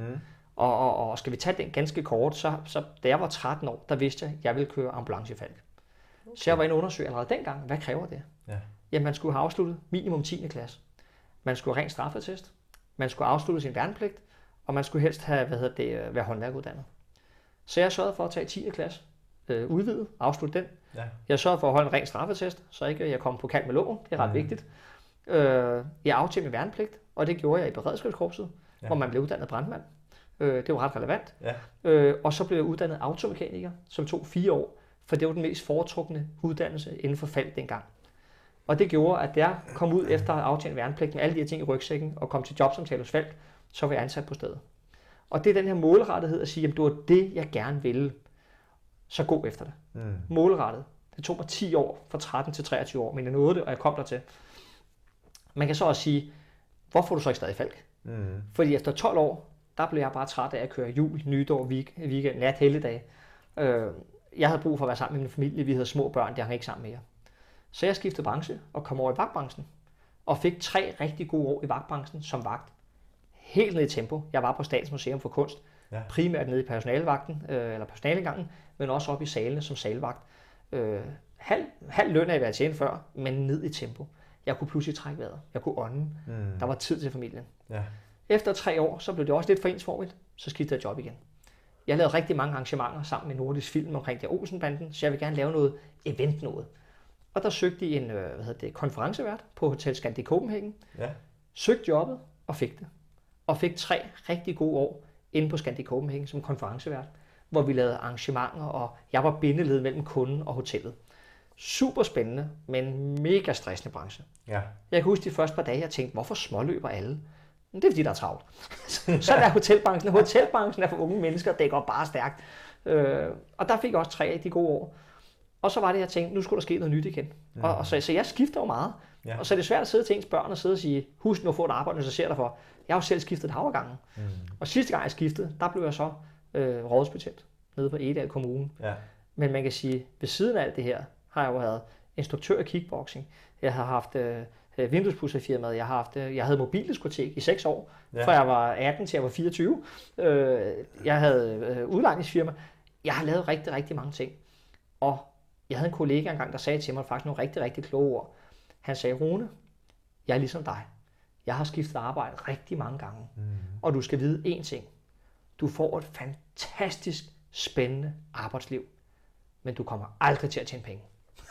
Og skal vi tage den ganske kort, så da jeg var 13 år, der vidste jeg, at jeg ville køre ambulancefalk. Okay. Så jeg var inde og undersøge allerede dengang, hvad kræver det? Ja. Jamen, man skulle have afsluttet minimum 10. klasse. Man skulle have ren straffetest. Man skulle afslutte sin værnepligt. Og man skulle helst have, være håndværkuddannet. Så jeg sørgede for at tage 10. klasse, udvidet, afslutte den. Ja. Jeg sørgede for at holde en ren straffetest, så ikke jeg kom på kant med loven. Det er ret vigtigt. Jeg aftjente min værnepligt, og det gjorde jeg i beredskabskorpset, hvor man blev uddannet brandmand. Det var ret relevant. Og så blev jeg uddannet automekaniker, som tog 4 år, for det var den mest foretrukne uddannelse inden for felt dengang. Og det gjorde, at jeg kom ud efter at aftjene værnepligt med alle de her ting i rygsækken, og kom til jobsamtale hos Falck, så var jeg ansat på stedet. Og det er den her målrettighed at sige, at det var det, jeg gerne ville, så gå efter det. Målrettet. Det tog mig 10 år, fra 13 til 23 år, men jeg nåede det, og jeg kom dertil. Man kan så også sige, hvorfor er du så ikke stadig i Falck? Fordi efter 12 år, der blev jeg bare træt af at køre jul, nytår, weekend, nat, helligdage. Jeg havde brug for at være sammen med min familie, vi havde små børn, jeg hang ikke sammen mere. Så jeg skiftede branche og kom over i vagtbranchen, og fik 3 rigtig gode år i vagtbranchen som vagt. Helt ned i tempo. Jeg var på Statens Museum for Kunst, primært nede i personalevagten, eller personalegangen, men også oppe i salene som salvagt. Halv løn af, hvad jeg tjente før, men ned i tempo. Jeg kunne pludselig trække vejret. Jeg kunne ånde. Der var tid til familien. Efter 3 år, så blev det også lidt for ensformigt, så skiftede jeg job igen. Jeg lavede rigtig mange arrangementer sammen med Nordisk Film omkring der Olsenbanden, så jeg vil gerne lave noget event noget. Og der søgte de en konferencevært på Hotel Scandic Copenhagen. Søgte jobbet og fik det. Og fik 3 rigtig gode år inde på Scandic Copenhagen som konferencevært, hvor vi lavede arrangementer, og jeg var bindeled mellem kunden og hotellet. Super spændende, men mega stressende branche. Jeg kan huske de første par dage, jeg tænkte, hvorfor småløber alle? Men det er fordi, der er travlt. Sådan er hotelbranchen. Hotelbranchen er for unge mennesker, det går bare stærkt. Og der fik jeg også 3 af de gode år. Og så var det, jeg tænkte, nu skulle der ske noget nyt igen. Så jeg skifter jo meget. Og så er det svært at sidde til ens børn og sidde og sige, husk nu at få et arbejde, så ser dig for. Jeg har jo selv skiftet et hav af gange. Og sidste gang jeg skiftede, der blev jeg så rådsbetjent nede på Egedal Kommune. Men man kan sige, ved siden af alt det her, har jeg jo været instruktør i kickboxing. Jeg har haft vinduespudserfirmaet. Jeg havde mobildiskotek i 6 år, fra jeg var 18 til jeg var 24. Jeg havde udlejningsfirma. Jeg har lavet rigtig, rigtig mange ting. Og jeg havde en kollega engang, der sagde til mig faktisk nogle rigtig, rigtig kloge ord. Han sagde, Rune, jeg er ligesom dig. Jeg har skiftet arbejde rigtig mange gange. Og du skal vide én ting. Du får et fantastisk spændende arbejdsliv, men du kommer aldrig til at tjene penge.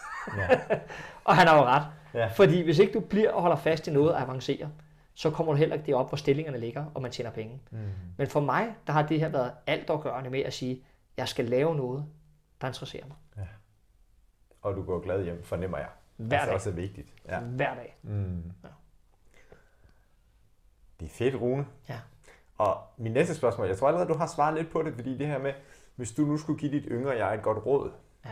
Og han har jo ret. Fordi hvis ikke du bliver og holder fast i noget og avancerer, så kommer du heller ikke derop, hvor stillingerne ligger, og man tjener penge. Men for mig, der har det her været altafgørende med at sige, jeg skal lave noget, der interesserer mig. Og du går glad hjem, fornemmer jeg. Hver dag. Det er også vigtigt. Hver dag. Det er fedt, Rune. Og min næste spørgsmål, jeg tror allerede, du har svaret lidt på det, fordi det her med, hvis du nu skulle give dit yngre jeg et godt råd,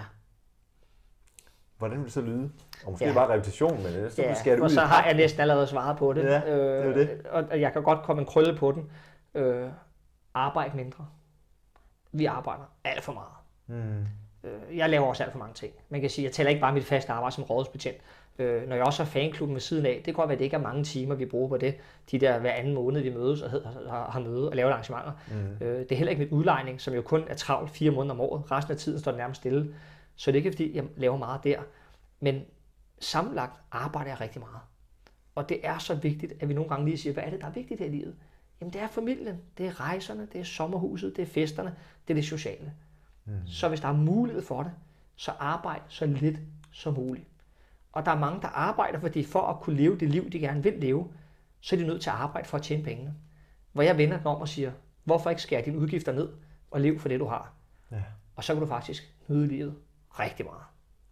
hvordan vil det så lyde? Og måske bare repetition, men så skal det ud. Og så har jeg næsten allerede svaret på det. Det. Og jeg kan godt komme en krølle på den. Arbejde mindre. Vi arbejder alt for meget. Jeg laver også alt for mange ting. Man kan sige, jeg tæller ikke bare mit faste arbejde som rådsbetjent. Når jeg også har fanklubben ved siden af, det kan godt være, at det ikke er mange timer, vi bruger på det. De der hver anden måned, vi mødes og har møde og laver arrangementer. Det er heller ikke mit udlejning, som jo kun er travlt 4 måneder om året. Resten af tiden står det nærmest stille. Så det er ikke fordi, jeg laver meget der. Men sammenlagt arbejder jeg rigtig meget. Og det er så vigtigt, at vi nogle gange lige siger, hvad er det, der er vigtigt her i livet? Jamen det er familien, det er rejserne, det er sommerhuset, det er festerne, det er det sociale. Så hvis der er mulighed for det, så arbejd så lidt som muligt. Og der er mange, der arbejder, fordi for at kunne leve det liv, de gerne vil leve, så er de nødt til at arbejde for at tjene pengene. Hvor jeg vender den om og siger, hvorfor ikke skære dine udgifter ned og leve for det, du har? Og så kan du faktisk nyde livet rigtig meget.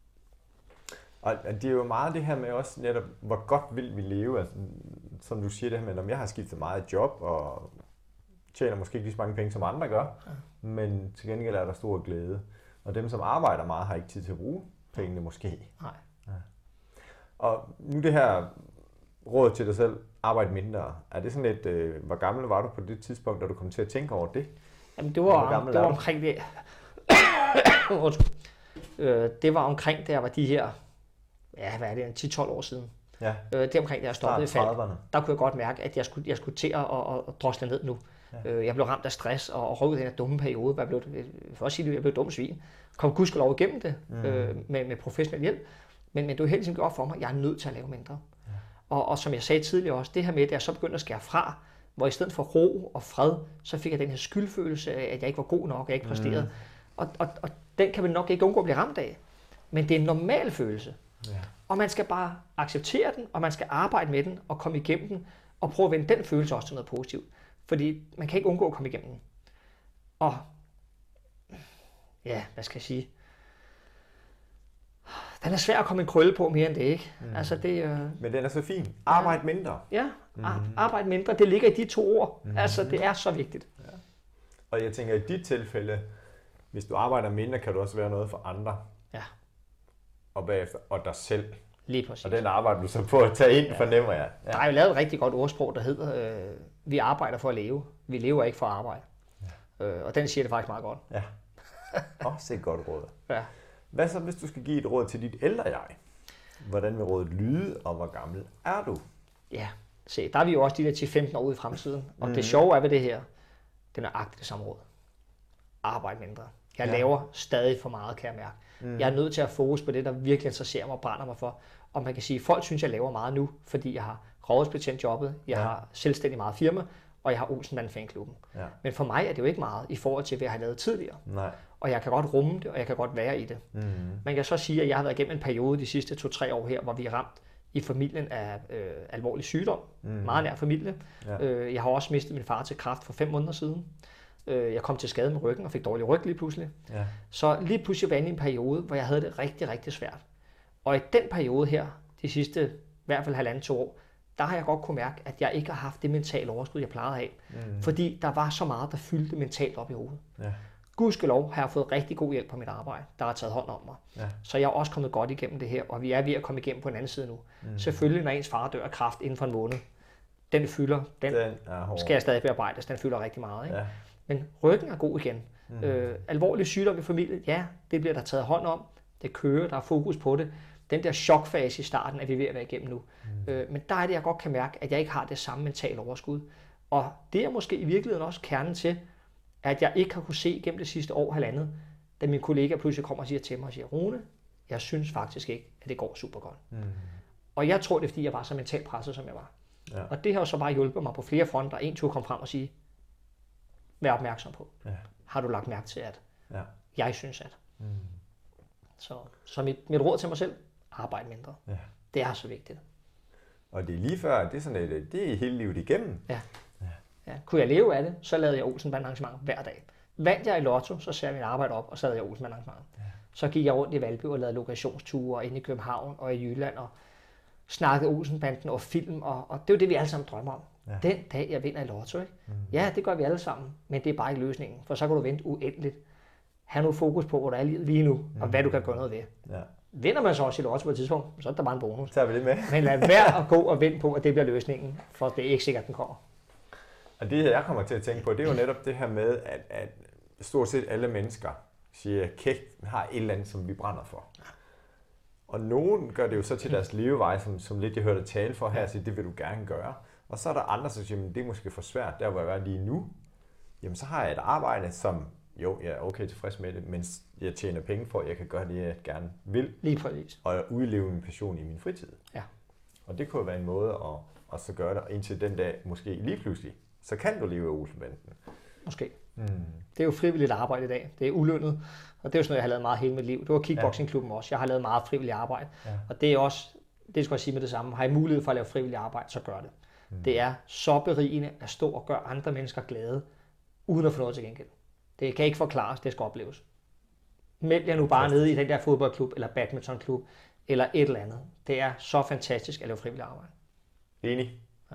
Og det er jo meget det her med også netop, hvor godt vil vi leve. Altså, som du siger det her med, om jeg har skiftet meget job, og tjener måske ikke lige så mange penge, som andre gør, men til gengæld er der stor glæde. Og dem, som arbejder meget, har ikke tid til at bruge pengene måske. Nej. Og nu det her råd til dig selv, arbejde mindre, er det sådan et, hvor gammel var du på det tidspunkt, da du kom til at tænke over det? Jamen det var omkring det. Det var omkring, da jeg var de her, hvad er det, 10-12 år siden. Det omkring, da jeg stoppede i Falck. Der kunne jeg godt mærke, at jeg skulle til at drosle ned nu. Jeg blev ramt af stress og rykket den her dumme periode, hvor jeg blev dum svin. Kom gudskelov igennem det med professionel hjælp. Men det var helt simpelthen op for mig, at jeg er nødt til at lave mindre. Og som jeg sagde tidligere også, det her med, at jeg så begyndte at skære fra, hvor i stedet for ro og fred, så fik jeg den her skyldfølelse af, at jeg ikke var god nok, at jeg ikke præsterede. Og den kan man nok ikke undgå at blive ramt af. Men det er en normal følelse. Ja. Og man skal bare acceptere den, og man skal arbejde med den, og komme igennem den, og prøve at vende den følelse også til noget positivt. Fordi man kan ikke undgå at komme igennem den. Og ja, hvad skal jeg sige? Den er svær at komme en krølle på mere end det, ikke? Altså det, Men den er så fin. Arbejde mindre. Ja, arbejde mindre. Det ligger i de 2 ord. Altså, det er så vigtigt. Ja. Og jeg tænker, i dit tilfælde, hvis du arbejder mindre, kan du også være noget for andre. Ja. Og bagefter, og dig selv. Lige præcis. Og den arbejder du så på at tage ind, fornemmer jeg. Ja. Der er jo lavet et rigtig godt ordsprog, der hedder, vi arbejder for at leve. Vi lever ikke for at arbejde. Ja. Og den siger det faktisk meget godt. Ja. Også et godt råd. Ja. Hvad så, hvis du skal give et råd til dit ældre jeg? Hvordan vil rådet lyde, og hvor gammel er du? Ja, se, der er vi jo også de der 10-15 år ude i fremtiden. Og det sjove er ved det her, det er nøjagtigt det samme råd. Arbejde mindre. Jeg laver stadig for meget, kan jeg mærke. Jeg er nødt til at fokus på det, der virkelig interesserer mig og brænder mig for. Og man kan sige, at folk synes, jeg laver meget nu, fordi jeg har rådighedsbetjent jobbet, jeg har selvstændig meget firma, og jeg har Olsenbanden Fanklubben. Ja. Men for mig er det jo ikke meget i forhold til, hvad jeg har lavet tidligere. Nej. Og jeg kan godt rumme det, og jeg kan godt være i det. Man kan så sige, at jeg har været igennem en periode de sidste 2-3 år her, hvor vi er ramt i familien af alvorlig sygdom. Meget nær familie. Ja. Jeg har også mistet min far til kræft for 5 måneder siden. Jeg kom til skade med ryggen og fik dårlig ryg lige pludselig. Ja. Så lige pludselig var jeg inde i en periode, hvor jeg havde det rigtig, rigtig svært. Og i den periode her, de sidste i hvert fald 1,5-2 år, der har jeg godt kunne mærke, at jeg ikke har haft det mentale overskud, jeg plejede at have. Fordi der var så meget, der fyldte mentalt op i hovedet. Ja. Gudskelov har jeg fået rigtig god hjælp på mit arbejde, der har taget hånd om mig. Ja. Så jeg er også kommet godt igennem det her, og vi er ved at komme igennem på en anden side nu. Selvfølgelig, når ens far dør af kræft inden for en måned, den fylder, den skal jeg stadig bearbejdes, den fylder rigtig meget. Ikke? Ja. Men ryggen er god igen. Alvorlig sygdom i familien, ja, det bliver der taget hånd om. Det kører, der er fokus på det. Den der chokfase i starten er vi ved at være igennem nu. Men der er det, jeg godt kan mærke, at jeg ikke har det samme mentale overskud. Og det er måske i virkeligheden også kernen til, at jeg ikke har kunne se gennem det sidste år, 1,5, da min kollega pludselig kommer og siger til mig og siger, Rune, jeg synes faktisk ikke, at det går super godt. Og jeg tror, det er, fordi jeg var så mentalt presset, som jeg var. Ja. Og det har jo så bare hjulpet mig på flere fronter. En tur kom frem og sige, vær opmærksom på. Ja. Har du lagt mærke til, at jeg synes, at. Så mit råd til mig selv, arbejde mindre. Ja. Det er så vigtigt. Og det er lige før, det er sådan det er hele livet igennem. Ja. Ja. Kunne jeg leve af det, så lavede jeg Olsenbanden arrangement hver dag. Vandt jeg i Lotto, så satte jeg mit arbejde op, og så lavede jeg Olsenbanden arrangement. Ja. Så gik jeg rundt i Valby og lavede lokationsture inde i København og i Jylland og snakkede Olsenbanden og film, og det er jo det, vi alle sammen drømmer om. Ja. Den dag, jeg vinder i Lotto, ikke? Ja, det gør vi alle sammen, men det er bare ikke løsningen, for så kan du vente uendeligt. Ha' nu fokus på, hvor der er livet lige nu, og hvad du kan gøre noget ved. Ja. Vinder man så også i Lotto på et tidspunkt, så er der bare en bonus. Så tager vi det med. Men lad være at gå og vente på, at det bliver løsningen, for det er ikke sikkert, at den kommer. Og det, jeg kommer til at tænke på, det er jo netop det her med, at stort set alle mennesker siger, at har et eller andet, som vi brænder for. Og nogen gør det jo så til deres levevej, som lidt jeg hørte tale for her, siger, det vil du gerne gøre. Og så er der andre, som siger, det er måske for svært, der hvor jeg er lige nu. Jamen så har jeg et arbejde, som jo, jeg er okay tilfreds med det, men jeg tjener penge for, at jeg kan gøre det, jeg gerne vil. Lige præcis. Og udleve min passion i min fritid. Ja. Og det kunne jo være en måde at så gøre det, indtil den dag, måske lige pludselig, så kan du leve af Olsenbanden. Måske. Det er jo frivilligt arbejde i dag. Det er ulønnet, og det er jo sådan noget, jeg har lavet meget hele mit liv. Det var kickboxingklubben også. Jeg har lavet meget frivilligt arbejde. Ja. Og det er også, det skal jeg sige med det samme, har I mulighed for at lave frivilligt arbejde, så gør det. Det er så berigende at stå og gøre andre mennesker glade, uden at få noget til gengæld. Det kan ikke forklares, det skal opleves. Meld jer nu bare nede i den der fodboldklub, eller badmintonklub, eller et eller andet. Det er så fantastisk at lave frivilligt arbejde. Enig. Ja.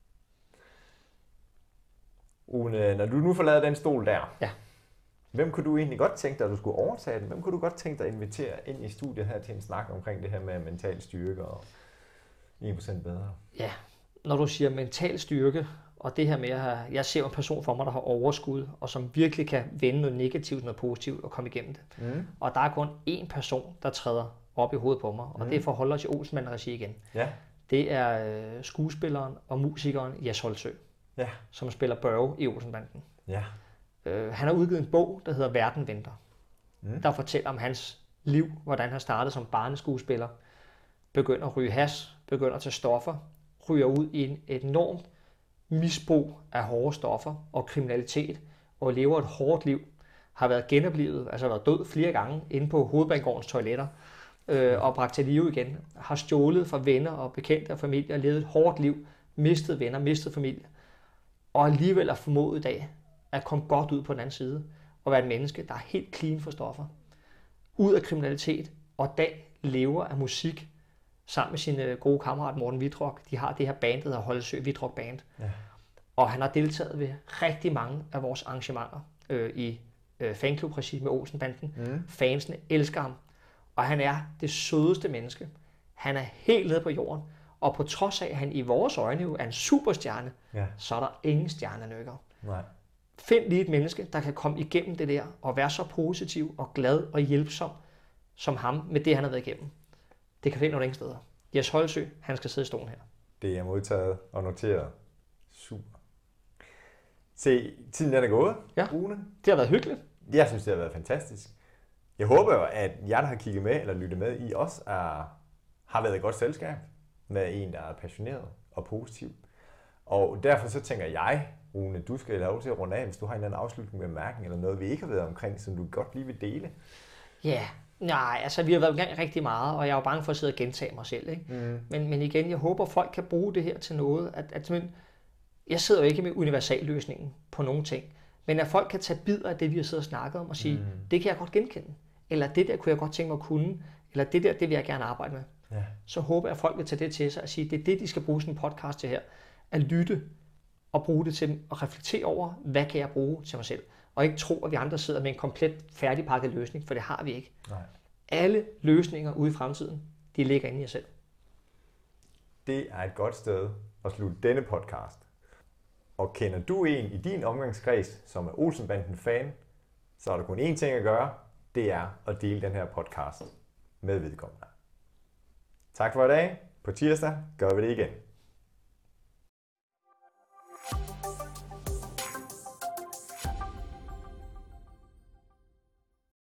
Rune, når du nu forlader den stol der, hvem kunne du egentlig godt tænke dig, at du skulle overtage den? Hvem kunne du godt tænke dig at invitere ind i studiet her til en snak omkring det her med mental styrke og 1% bedre? Ja, når du siger mental styrke, og det her med, at jeg ser en person for mig, der har overskud, og som virkelig kan vende noget negativt, noget positivt og komme igennem det. Og der er kun én person, der træder op i hovedet på mig, og det forholder til Olsenbanden-regi igen. Ja. Det er skuespilleren og musikeren Jes Holtsø, som spiller Børge i Olsenbanden. Ja. Han har udgivet en bog, der hedder Verden venter, der fortæller om hans liv, hvordan han startede som barneskuespiller, begynder at ryge hash, begynder at tage stoffer, ryger ud i et enormt misbrug af hårde stoffer og kriminalitet, og lever et hårdt liv, har været genoplivet, altså været død flere gange inde på Hovedbanegårdens toiletter, og bragt til live igen. Har stjålet fra venner og bekendte og familie og levet et hårdt liv. Mistet venner, mistet familie. Og alligevel er formået i dag at komme godt ud på den anden side. Og være et menneske, der er helt clean for stoffer. Ud af kriminalitet. Og i dag lever af musik sammen med sin gode kammerat Morten Vittrock. De har det her band, der hedder Holdsø Vittrock Band. Ja. Og han har deltaget ved rigtig mange af vores arrangementer i fanklubregi med Olsen-banden. Fansene elsker ham. Og han er det sødeste menneske. Han er helt nede på jorden. Og på trods af, at han i vores øjne jo er en superstjerne, så er der ingen stjernenykker. Nej. Find lige et menneske, der kan komme igennem det der, og være så positiv og glad og hjælpsom som ham med det, han har været igennem. Det kan finde nogle ingen steder. Jes Holdsø, han skal sidde i stolen her. Det er modtaget og noteret. Super. Se, tiden er gået, Rune. Det har været hyggeligt. Jeg synes, det har været fantastisk. Jeg håber jo, at jer, der har kigget med eller lyttet med, I også har været et godt selskab med en, der er passioneret og positiv. Og derfor så tænker jeg, Rune, du skal have lov til at runde af, hvis du har en eller anden afslutning med mærken eller noget, vi ikke har været omkring, som du godt lige vil dele. Nej, altså vi har været i gang rigtig meget, og jeg er jo bange for at sidde og gentage mig selv. Ikke? Men igen, jeg håber, folk kan bruge det her til noget. Jeg sidder jo ikke med universalløsningen på nogen ting, men at folk kan tage bidder af det, vi har siddet og snakket om, og sige, det kan jeg godt genkende, eller det der kunne jeg godt tænke mig at kunne, eller det der, det vil jeg gerne arbejde med. Ja. Så håber jeg, at folk vil tage det til sig og sige, det er det, de skal bruge sådan en podcast til her. At lytte og bruge det til at reflektere over, hvad kan jeg bruge til mig selv. Og ikke tro, at vi andre sidder med en komplet færdigpakket løsning, for det har vi ikke. Nej. Alle løsninger ude i fremtiden, de ligger inde i jer selv. Det er et godt sted at slutte denne podcast. Og kender du en i din omgangskreds, som er Olsen-banden-fan, så er der kun én ting at gøre, det er at dele den her podcast med vedkommende. Tak for i dag. På tirsdag gør vi det igen.